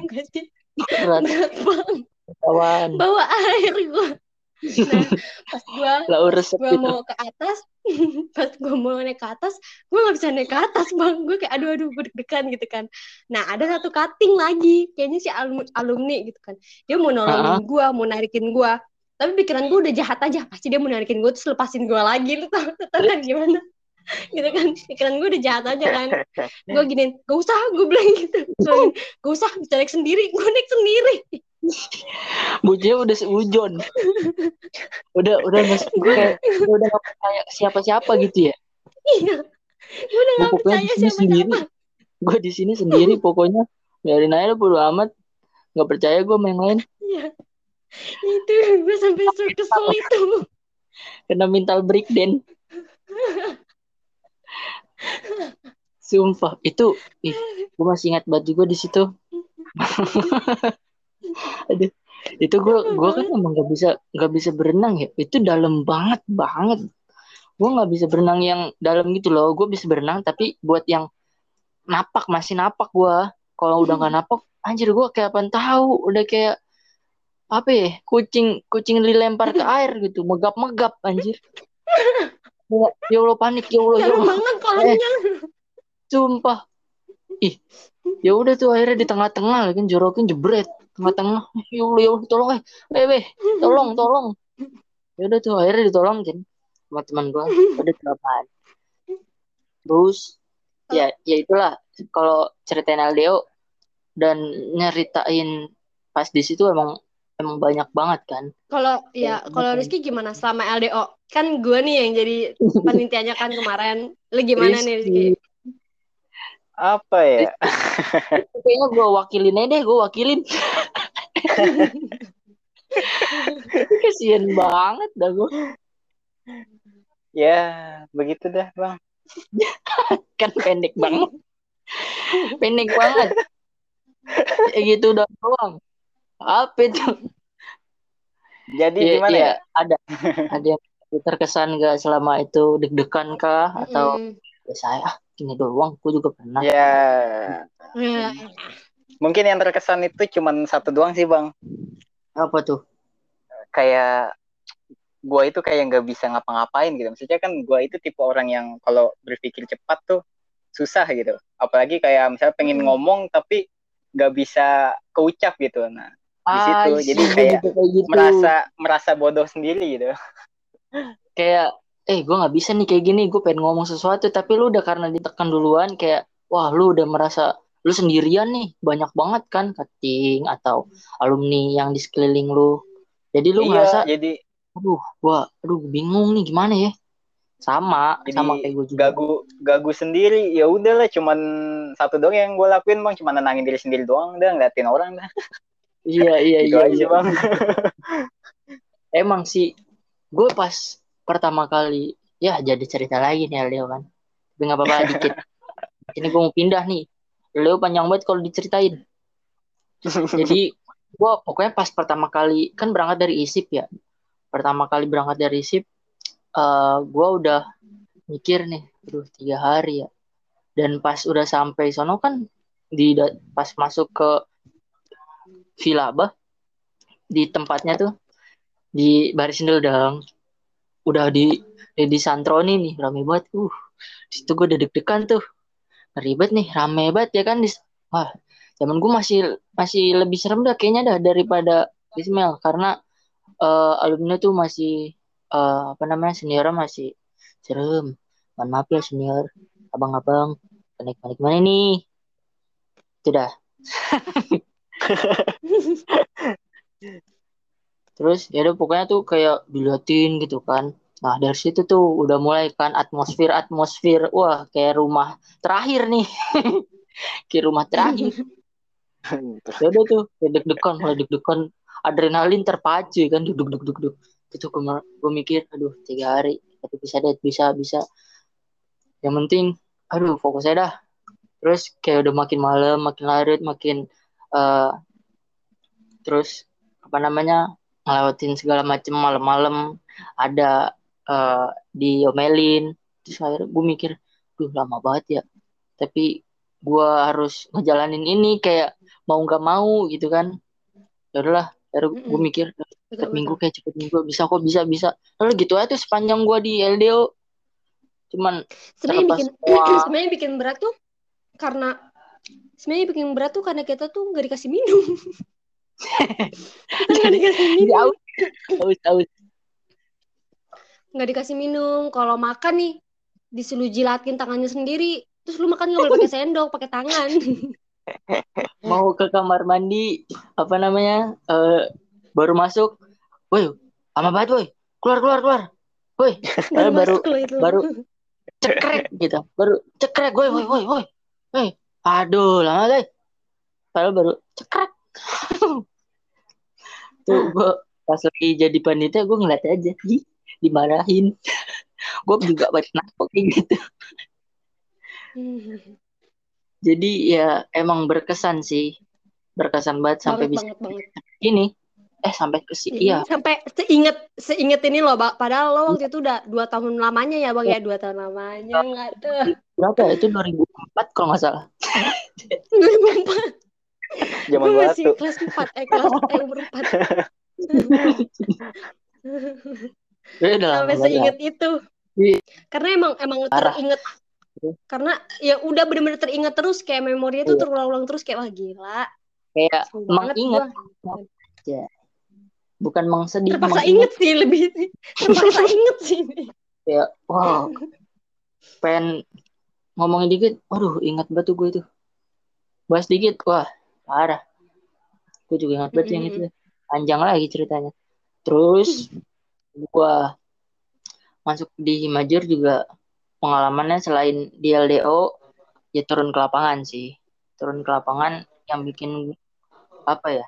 Berat banget. Bawa air gue. Nah pas gue mau ke atas, pas gue mau naik ke atas, gue nggak bisa naik ke atas bang. Gue kayak aduh gue deg-degan gitu kan. Nah ada satu cutting lagi, kayaknya si alumni gitu kan. Dia mau nolongin gue, mau narikin gue. Tapi pikiran gue udah jahat aja, pasti dia mau narikin gue terus lepasin gue lagi. Lu tau kan gimana? Gitu kan, pikiran gue udah jahat aja kan. Gue giniin, gak usah, gue bilang gitu. Gak usah, bisa naik sendiri. Gue naik sendiri. Bujanya udah seujon. udah udah gak percaya siapa-siapa gitu ya. Iya. Gue udah gak percaya siapa-siapa. Gue di sini sendiri pokoknya. Biarin aja bodo amat. Gak percaya gue main lain. Iya. Itu gue sampai kesel itu. Kena mental breakdown. Sumpah itu gue masih ingat banget juga di situ. Aduh, itu gue kan emang nggak bisa berenang ya. Itu dalam banget. Gue nggak bisa berenang yang dalam gitu loh. Gue bisa berenang tapi buat yang masih napak gue. Kalau udah nggak napak, anjir gue kayak apaan tahu. Udah kayak apa ya? Kucing dilempar ke air gitu, megap anjir. Ya Allah panik, ya Allah. Banget kolamnya. Sumpah. Ya udah tuh akhirnya di tengah-tengah kan jorokin jebret tengah-tengah. Ya Allah tolong tolong. Ya udah tuh akhirnya ditolong kan sama teman gue. Udah kelamaan. Terus ya itulah kalau ceritain LDO dan nyeritain pas di situ emang banyak banget kan. Kalau Rizky gimana selama LDO? Kan gue nih yang jadi penelitiannya kan kemarin. Lu gimana nih Rizky? Apa ya? Kayaknya gue wakilin aja deh, gue wakilin. Kasian banget dah gue. Ya, begitu dah, Bang. Kan pendek banget. Pendek banget. Kayak gitu doang. Apa itu? Jadi Iya, gimana iya, ya? ada yang terkesan gak selama itu deg-degan kah atau Mm-mm. ya saya ini doang, gue juga pernah. Ya, Ya, mungkin yang terkesan itu cuman satu doang sih, Bang. Apa tuh? Kayak gua itu kayak nggak bisa ngapa-ngapain gitu. Maksudnya kan gua itu tipe orang yang kalau berpikir cepat tuh susah gitu. Apalagi kayak misalnya pengen mm-mm. ngomong tapi nggak bisa keucap gitu. Nah, di situ jadi Sih gue kayak juga kayak gitu. merasa bodoh sendiri gitu. Kayak, gue nggak bisa nih kayak gini. Gue pengen ngomong sesuatu, tapi lu udah karena ditekan duluan, kayak, wah lu udah merasa lu sendirian nih, banyak banget kan kating atau alumni yang di sekeliling lu. Jadi lu Iya, ngerasa, jadi aduh bingung nih gimana ya. Sama, jadi sama kayak gue juga. gagu sendiri. Ya udahlah, cuman satu doang yang gue lakuin, Bang, cuma nenangin diri sendiri doang, udah ngeliatin orang dah. Iya, iya, Gitu iya, aja iya. sih, Bang. Emang sih, gue pas pertama kali, ya jadi cerita lagi nih Leo kan. Tapi nggak apa-apa lah dikit. Ini gue mau pindah nih. Leo panjang banget kalau diceritain. Jadi gue pokoknya pas pertama kali, kan berangkat dari ISIP ya. Pertama kali berangkat dari ISIP, gue udah mikir nih, aduh 3 hari ya. Dan pas udah sampai sono kan, pas masuk ke Villa Abah, di tempatnya tuh, di Baris Sindel udah di Santroni nih rame banget di situ gue udah deg-degan tuh ribet nih rame banget ya kan wah zaman gue masih masih lebih serem dah kayaknya dah daripada Ismail karena alumni tuh masih apa namanya seniornya masih serem. Mohon maaf ya senior abang-abang panik-panik mana nih itu dah. Terus ya udah pokoknya tuh kayak diliatin gitu kan. Nah dari situ tuh udah mulai kan atmosfer wah kayak rumah terakhir nih kayak rumah terakhir. Ya udah tuh kayak deg-degan mulai deg-degan adrenalin terpacu kan duduk duduk duduk duduk itu gue mikir aduh 3 hari tapi bisa deh bisa yang penting aduh fokus aja dah. Terus kayak udah makin malam makin larut makin eh, terus apa namanya ngelewatin segala macem malam-malam ada diomelin terus akhirnya gue mikir duh lama banget ya tapi gue harus ngejalanin ini kayak mau nggak mau gitu kan ya udahlah baru gue Mm-mm. mikir Betul cepet minggu betul. kayak cepet minggu bisa kok bisa lalu gitu aja tuh sepanjang gue di LDO cuman Sebenarnya yang terlepas bikin semua sebenarnya yang bikin berat tuh karena sebenarnya yang bikin berat tuh karena kita tuh nggak dikasih minum. Kita nggak dikasih jadi minum. aus Nggak dikasih minum. Kalau makan nih disuruh jilatin tangannya sendiri. Terus lu makan nggak boleh pakai sendok, pakai tangan. mau ke kamar mandi apa namanya baru masuk woi lama banget woi keluar keluar keluar woi Baru baru masuk loh itu. baru cekrek gitu baru cekrek woi woi woi woi woi aduh lama deh padahal baru cekrek tuh gue pas lagi jadi panitia gue ngeliat aja dimarahin gue juga pernah kok kayak gitu jadi ya emang berkesan sih berkesan banget sampai Banget bisa banget banget. ini sampai ke si iya Sampai seinget ini loh, padahal lo waktu itu udah 2 tahun lamanya ya bang ya, 2 tahun lamanya nggak tuh. berapa ya itu 2004 kalau nggak salah 2004. Zaman Gue masih batu. umur 4. ya udah lama Sampai banget lah seinget itu. Iya, Karena emang parah teringet, karena ya udah bener-bener teringet terus, kayak memorinya tuh iya. terulang-ulang terus, kayak wah gila, Kayak seru banget mengingat gue. aja bukan mengsedih Terpaksa mengingat inget sih, lebih terpaksa inget sih. ya wow pengen ngomongin dikit waduh ingat batu gue itu bahas dikit wah parah gue juga ingat batu yang itu panjang lagi ceritanya terus gue masuk di Majur juga pengalamannya selain di LDO ya turun ke lapangan sih. Turun ke lapangan yang bikin apa ya?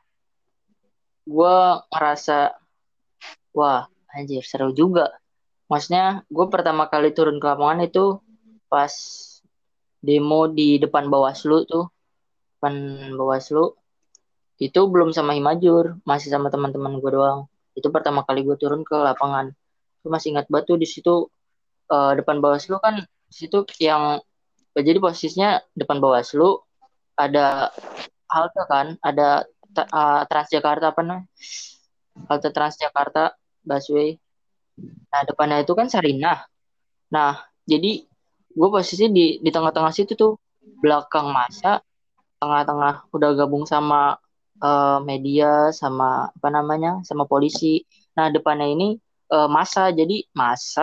Gue ngerasa wah anjir seru juga. Maksudnya gue pertama kali turun ke lapangan itu pas demo di depan Bawaslu tuh, depan Bawaslu itu belum sama Himajur, masih sama teman-teman gue doang. Itu pertama kali gue turun ke lapangan. Gue masih ingat batu di situ depan Bawaslu kan di situ yang jadi posisinya depan Bawaslu ada halte kan, ada Transjakarta apa namanya? Halte Transjakarta busway. Nah, depannya itu kan Sarinah. Nah, jadi gue posisi di tengah-tengah situ tuh, belakang masa, tengah-tengah udah gabung sama media, sama apa namanya, sama polisi. Nah, depannya ini masa, jadi masa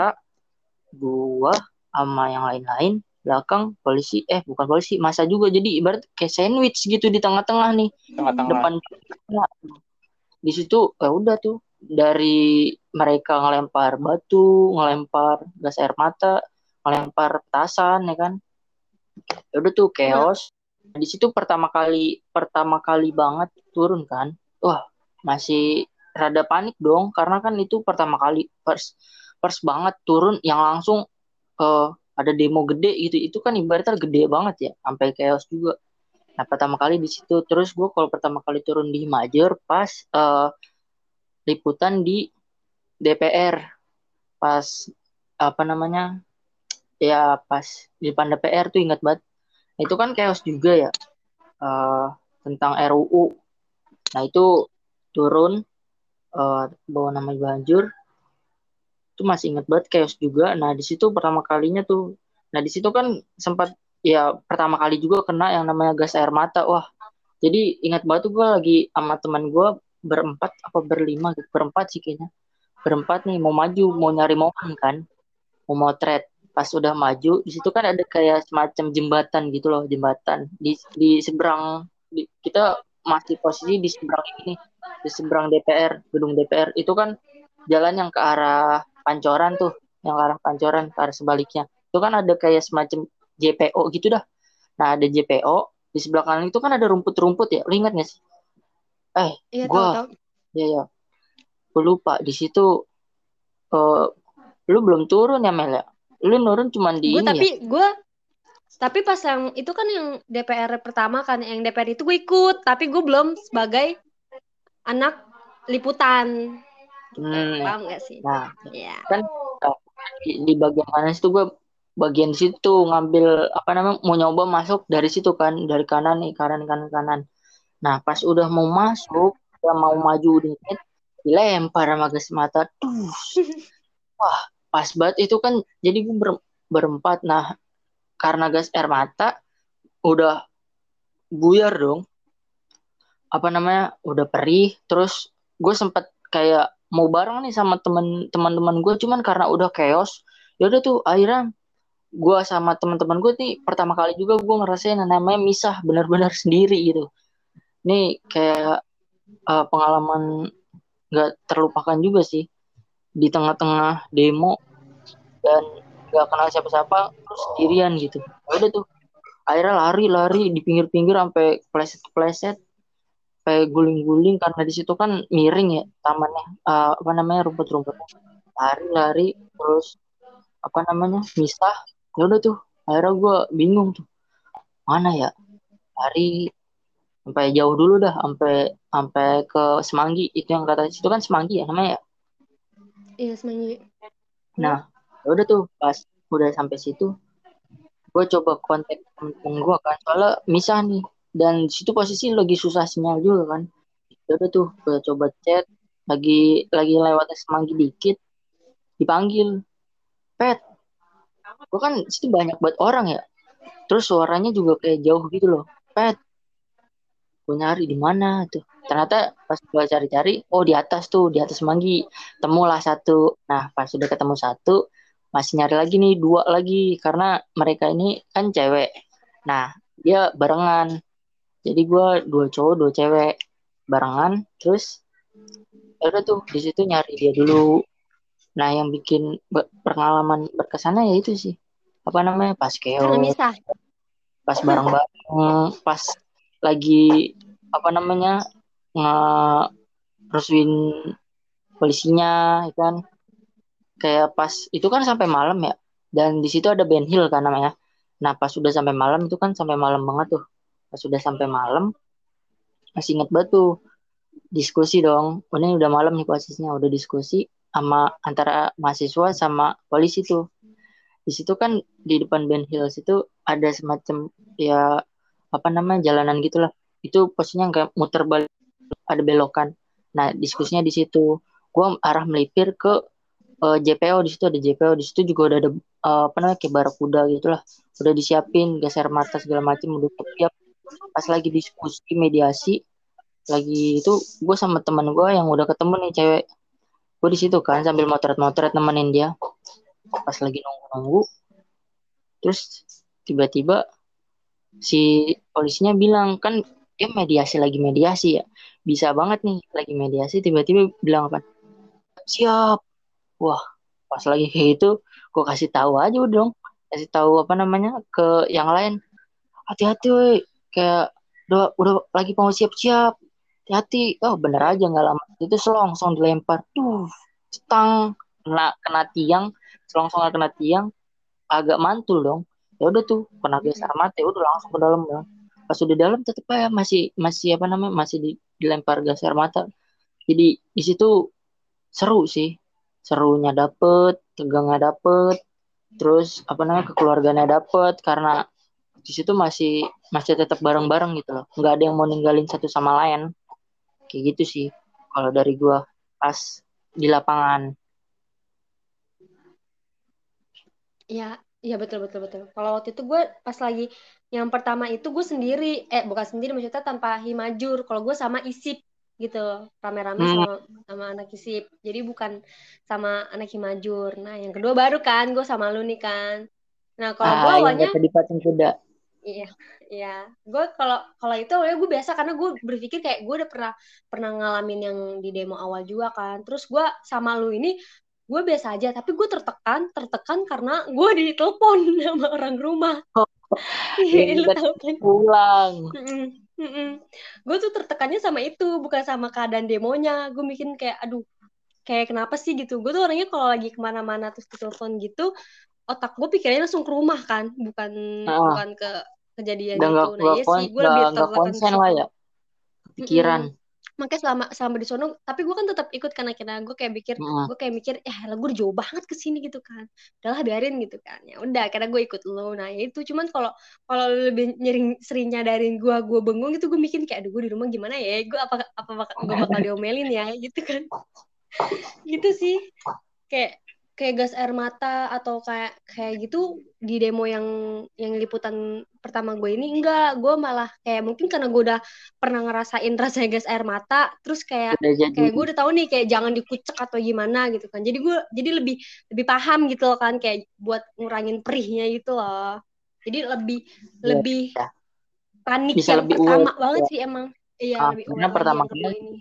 gua sama yang lain-lain, belakang polisi, bukan polisi, masa juga. Jadi ibarat kayak sandwich gitu di tengah-tengah nih, Tengah-tengah. depan. Nah, di situ udah tuh dari mereka ngelempar batu, ngelempar gas air mata, ngelempar petasan ya kan. Ya udah tuh Nah, chaos. Di situ pertama kali banget turun kan. Wah, masih rada panik dong karena kan itu pertama kali first first banget turun yang langsung ada demo gede gitu. Itu kan ibaratnya gede banget ya, sampai chaos juga. Nah, pertama kali di situ terus gue kalau pertama kali turun di Major pas liputan di DPR pas apa namanya ya pas di depan DPR tuh ingat banget. Itu kan chaos juga ya eh, tentang RUU. Nah itu turun bawa nama Banjur itu masih ingat banget chaos juga. Nah di situ pertama kalinya tuh. Nah di situ kan sempat ya pertama kali juga kena yang namanya gas air mata. Wah jadi ingat banget tuh gue lagi sama teman gue berempat apa berlima gitu berempat sih kayaknya berempat nih mau maju mau nyari momen kan mau motret pas udah maju di situ kan ada kayak semacam jembatan gitu loh jembatan di seberang kita masih posisi di seberang ini di seberang DPR gedung DPR itu kan jalan yang ke arah Pancoran tuh yang ke arah Pancoran ke arah sebaliknya itu kan ada kayak semacam JPO gitu dah. Nah ada JPO di sebelah kanan itu kan ada rumput-rumput ya lu ingat gak sih eh iya gua tahu-tahu. ya gua lupa di situ eh, lu belum turun ya Mel ya lu nurun cuman di Gue ini ya. tapi gue Tapi pas yang itu kan yang DPR pertama kan, yang DPR itu gue ikut, tapi gue belum sebagai anak liputan gitu. Hmm, Paham gak sih? nah Ya. kan di bagian kanan situ gue bagian situ ngambil apa namanya mau nyoba masuk dari situ kan dari kanan nih kanan kanan kanan. Nah pas udah mau masuk udah mau maju dikit dilempar sama gas mata. Tuh, wah pas banget itu kan jadi gue berempat. Nah karena gas air mata udah buyar dong apa namanya udah perih terus gue sempet kayak mau bareng nih sama teman-teman gue cuman karena udah chaos ya udah tuh akhirnya gue sama teman-teman gue nih pertama kali juga gue ngerasain yang namanya misah benar-benar sendiri gitu nih kayak pengalaman nggak terlupakan juga sih di tengah-tengah demo dan nggak kenal siapa-siapa terus sendirian gitu ya udah tuh akhirnya lari-lari di pinggir-pinggir sampai pleset-pleset kayak guling-guling karena di situ kan miring ya tamannya apa namanya rumput-rumputnya lari-lari terus apa namanya misah ya udah tuh akhirnya gue bingung tuh mana ya lari sampai jauh dulu dah sampai sampai ke Semanggi itu yang kata situ kan Semanggi ya namanya ya. Iya, semuanya. Nah ya udah tuh pas udah sampai situ gue coba kontak temen gue kan soalnya misah nih dan di situ posisi lagi susah sinyal juga kan ya udah tuh gue coba chat lagi lewat Semanggi dikit dipanggil pet gue kan di situ banyak banget orang ya terus suaranya juga kayak jauh gitu loh pet gue nyari di mana tuh ternyata pas gue cari-cari oh di atas tuh di atas Semanggi temulah satu nah pas sudah ketemu satu masih nyari lagi nih dua lagi karena mereka ini kan cewek nah dia barengan jadi gue dua cowok dua cewek barengan terus ya udah tuh di situ nyari dia dulu nah yang bikin pengalaman berkesannya ya itu sih apa namanya pas Karena chaos misah. pas bareng-bareng, pas lagi apa namanya ngerusuin polisinya, ya kan? Kayak pas itu kan sampai malam ya, dan di situ ada Ben Hill kan namanya. Nah pas sudah sampai malam itu kan sampai malam banget tuh. Pas sudah sampai malam, masih inget banget tuh diskusi dong. Oh, ini udah malam nih posisinya, udah diskusi sama antara mahasiswa sama polisi tuh. Di situ kan di depan Ben Hills itu ada semacam ya apa namanya jalanan gitulah. Itu posisinya kayak muter balik, ada belokan. Nah diskusinya di situ. Gua arah melipir ke JPO, di situ ada JPO, di situ juga udah ada apa namanya kayak barakuda gitulah. Udah disiapin gas air mata segala macam udah siap. Pas lagi diskusi mediasi lagi itu gue sama teman gue yang udah ketemu nih cewek, gue di situ kan sambil motret-motret nemenin dia. Pas lagi nunggu-nunggu, terus tiba-tiba si polisinya bilang kan dia lagi mediasi ya, bisa banget nih lagi mediasi tiba-tiba bilang apa, siap. Wah pas lagi kayak gitu gue kasih tahu aja udah dong, kasih tahu apa namanya ke yang lain, hati-hati woi, kayak udah lagi mau siap-siap, hati-hati. Oh bener aja nggak lama itu selongsong dilempar tuh, stang, kena tiang, selongsong kena tiang, agak mantul dong. Ya udah tuh kena geser mata, ya udah langsung ke dalam dong. Pas udah di dalam tetep aja masih masih apa namanya masih dilempar gas air mata. Jadi di situ seru sih, serunya dapet, tegangnya dapet, terus apa namanya kekeluargaannya dapet karena di situ masih masih tetap bareng-bareng gitu loh, nggak ada yang mau ninggalin satu sama lain, kayak gitu sih kalau dari gua pas di lapangan. Iya, iya betul betul betul. Kalau waktu itu gue pas lagi yang pertama itu gue sendiri, bukan sendiri maksudnya tanpa himajur. Kalau gue sama isip gitu, rame-rame Hmm, sama sama anak isip. Jadi bukan sama anak himajur. Nah yang kedua baru kan gue sama lu nih kan. Nah kalau gue yang awalnya, kata di patung kuda. iya, iya. Gue kalau kalau itu awalnya gue biasa karena gue berpikir kayak gue udah pernah pernah ngalamin yang di demo awal juga kan. Terus gue sama lu ini gue biasa aja, tapi gue tertekan, tertekan karena gue ditelepon sama orang rumah. Oh, yang Iya, lu kata tahu kan? pulang. Mm-mm, mm-mm. Gue tuh tertekannya sama itu, bukan sama keadaan demonya. Gue bikin kayak, aduh, kayak kenapa sih gitu. Gue tuh orangnya kalau lagi kemana-mana terus ditelepon gitu, otak gue pikirnya langsung ke rumah kan, bukan Nah, bukan ke kejadian udah itu. Nah iya sih, gue lebih nggak tertekan ke konsen lah situ. ya, pikiran. Mm-mm. Makanya selama selama di sono, tapi gue kan tetap ikut karena kira Mm-mm. gue kayak mikir, lah gue jauh banget ke sini gitu kan, udahlah biarin gitu kan, ya udah karena gue ikut lo. Nah ya itu cuman kalau kalau lu lebih nyering sering nyadarin gue bengong itu gue mikir kayak aduh gue di rumah gimana ya, gue gue bakal diomelin ya gitu kan, gitu sih. Kayak kayak gas air mata atau kayak kayak gitu di demo yang liputan pertama gue ini enggak, gue malah kayak mungkin karena gue udah pernah ngerasain rasanya gas air mata, terus kayak Udah jadi kayak gue udah tahu nih kayak jangan dikucek atau gimana gitu kan, jadi gue jadi lebih lebih paham gitu loh kan, kayak buat ngurangin perihnya gitu loh, jadi lebih ya, lebih ya. panik Bisa yang lebih pertama aware banget ya. sih emang. Iya lebih Karena aware lagi pertama yang kali, kedua ini.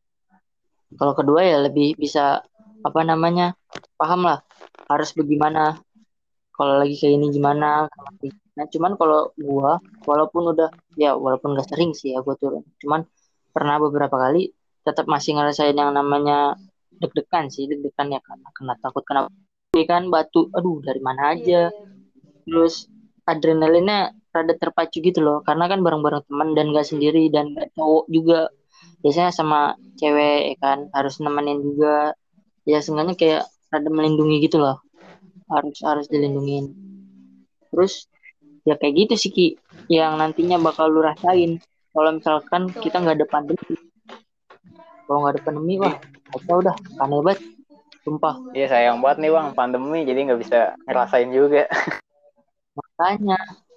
kalau kedua ya lebih bisa apa namanya paham lah harus bagaimana kalau lagi kayak ini gimana. Nah cuman kalau gua walaupun udah ya walaupun gak sering sih ya gua turun, cuman pernah beberapa kali tetap masih ngerasain yang namanya deg-degan sih, deg-degan ya karena kena takut kena kan batu, aduh dari mana Iya aja. iya. Terus adrenalinnya rada terpacu gitu loh karena kan bareng-bareng teman dan gak sendiri dan gak cowok juga, biasanya sama cewek ya kan harus nemenin juga, ya seenggaknya kayak rada melindungi gitu loh, harus harus Iya sih. dilindungin. Terus ya kayak gitu sih Ki yang nantinya bakal lu rasain kalau misalkan kita Betul. nggak ada pandemi. Kalau nggak ada pandemi wah Ih, kacau dah, aneh banget sumpah. iya sayang banget nih bang pandemi jadi nggak bisa ngerasain juga. Makanya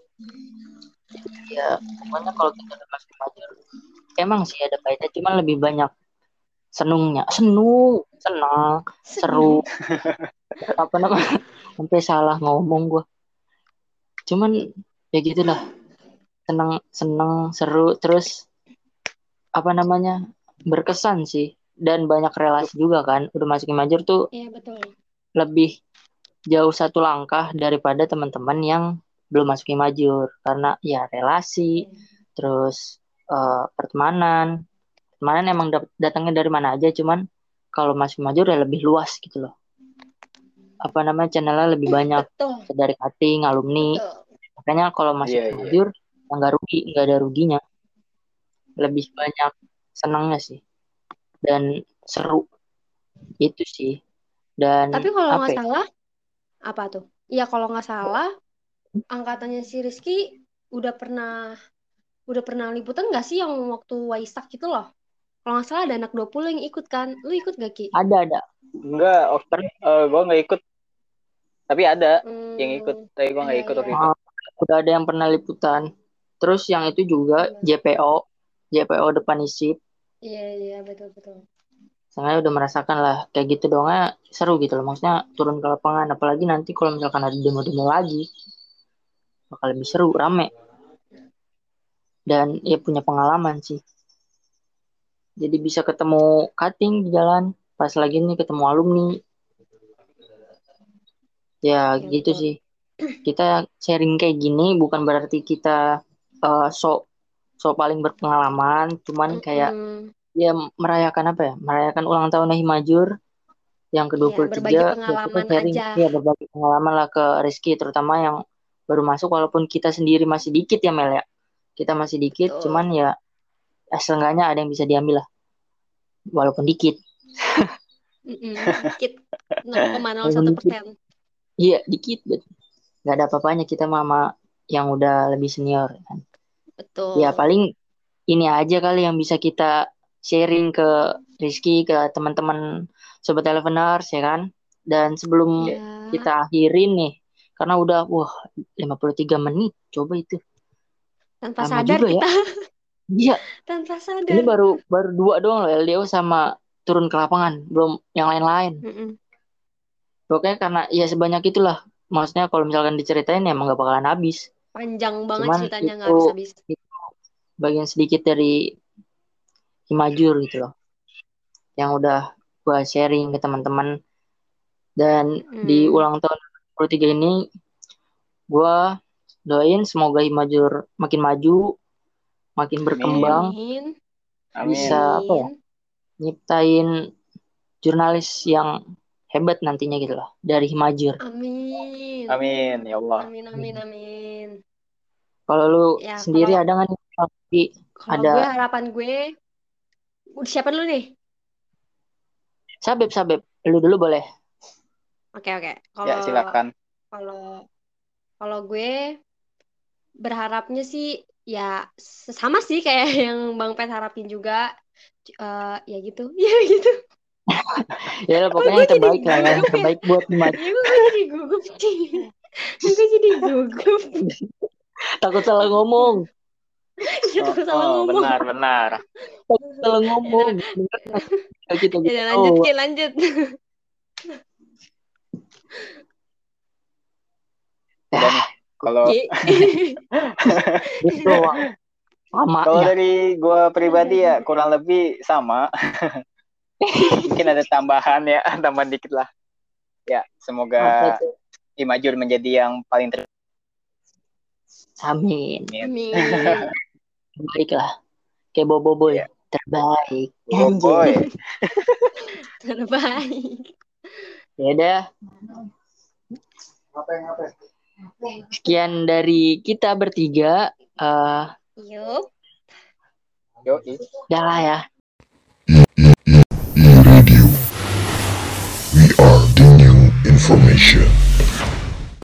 ya pokoknya kalau kita udah masuk pelajar emang sih ada baiknya cuman lebih banyak senungnya, senang seru, Seneng. apa namanya sampai salah ngomong gua, cuman ya gitulah, senang senang seru terus apa namanya berkesan sih, dan banyak relasi juga kan udah masuk Imajer tuh Iya betul. lebih jauh satu langkah daripada teman-teman yang belum masuk Imajur karena ya relasi, terus pertemanan emang datangnya dari mana aja, cuman kalau masuk Imajur ya lebih luas gitu loh. Apa namanya, channelnya lebih banyak Betul, dari cutting, alumni. betul. Makanya kalau masuk Iya, iya. Imajur nggak rugi, nggak ada ruginya. Lebih banyak senangnya sih dan seru itu sih. Dan Tapi kalau apa nggak ya, salah, apa tuh? Iya kalau nggak salah, angkatannya si Rizky udah pernah udah pernah liputan nggak sih yang waktu Waisak gitu loh? Kalau nggak salah ada anak 20 yang ikut kan? Lu ikut gak Ki? ada Enggak, gue nggak ikut. Tapi ada yang ikut. Hmm, Tapi gue nggak iya ikut iya. waktu itu. uh, udah ada yang pernah liputan. Terus yang itu juga Gimana? JPO depan ISIP. Iya iya betul betul. Saya udah merasakan lah kayak gitu doangnya seru gitu loh. Maksudnya turun ke lapangan, apalagi nanti kalau misalkan ada demo-demo lagi bakal lebih seru, rame, dan ya punya pengalaman sih. Jadi bisa ketemu cutting di jalan, pas lagi nih ketemu alumni, ya Oke gitu betul. sih. Kita sharing kayak gini bukan berarti kita sok paling berpengalaman, cuman kayak Mm-mm. ya merayakan apa ya? Merayakan ulang tahun Himajur yang Iya ke-23, berbagi ya kita pengalaman sharing, aja. ya berbagi pengalaman lah ke Rizky, terutama yang baru masuk, walaupun kita sendiri masih dikit ya Mel ya. Kita masih dikit, cuman Betul. ya seenggaknya ada yang bisa diambil lah, walaupun dikit. Dikit. nol koma nol Walaupun satu dikit, persen. iya dikit, nggak ada apa-apanya kita mama yang udah lebih senior kan. Ya Betul. paling ini aja kali yang bisa kita sharing ke Rizky, ke teman-teman Sobat Eleveners ya kan. Dan sebelum Iya. kita akhirin nih, karena udah 53 menit, coba itu Tanpa lama sadar juga ya. kita. Iya, Tanpa ini sadar. baru dua doang loh, LDO sama turun ke lapangan, belum yang lain-lain. Mm-mm. Pokoknya karena ya sebanyak itulah. Maksudnya kalau misalkan diceritain ya emang gak bakalan habis. Panjang banget Cuman ceritanya nggak itu, habis-habis. itu bagian sedikit dari Himajur gitu loh, yang udah gue sharing ke teman-teman. Dan di Mm. ulang tahun 23 ini gue doain semoga Himajur makin maju, makin Amin. berkembang, Amin. bisa Amin. apa ya, Amin. nyiptain jurnalis yang hebat nantinya gitu loh dari Himajur. Amin. Amin. Ya Allah. Amin. Amin. Amin. Kalau lu Ya sendiri kalau ada nggak nih, tapi kalau ada gue harapan gue, udah siapa dulu nih? Sabep, lu dulu boleh. Oke oke. Ya, Kalau silakan. kalau kalau gue berharapnya sih ya sama sih kayak yang Bang Pet harapin juga. Ya gitu, ya gitu. Ya Kok pokoknya gue yang jadi terbaik lah, yang gugup ya? terbaik buat Himajur. Ya kok gue jadi gugup sih. Gue jadi gugup. Takut salah ngomong, Ya Oh, takut salah oh, ngomong. benar, benar. takut salah Ya ngomong. udah, Bener nggak kita ya gitu. udah lanjut Ki, lanjut. Udah nih. Kalau Ki. Itu kalau lamanya. dari gue pribadi ya kurang lebih sama. Mungkin ada tambahan ya, tambahan dikit lah. Ya, Apa semoga tuh? Imajur menjadi yang paling Amin. Amin. Terbaik lah. Kayak Bobo Boy. Iya. Terbaik. Oh boy. Anjir. Terbaik. Ya udah. Sekian dari kita bertiga. Yuk. Yo, Udah lah ya. E Radio. We are the new information.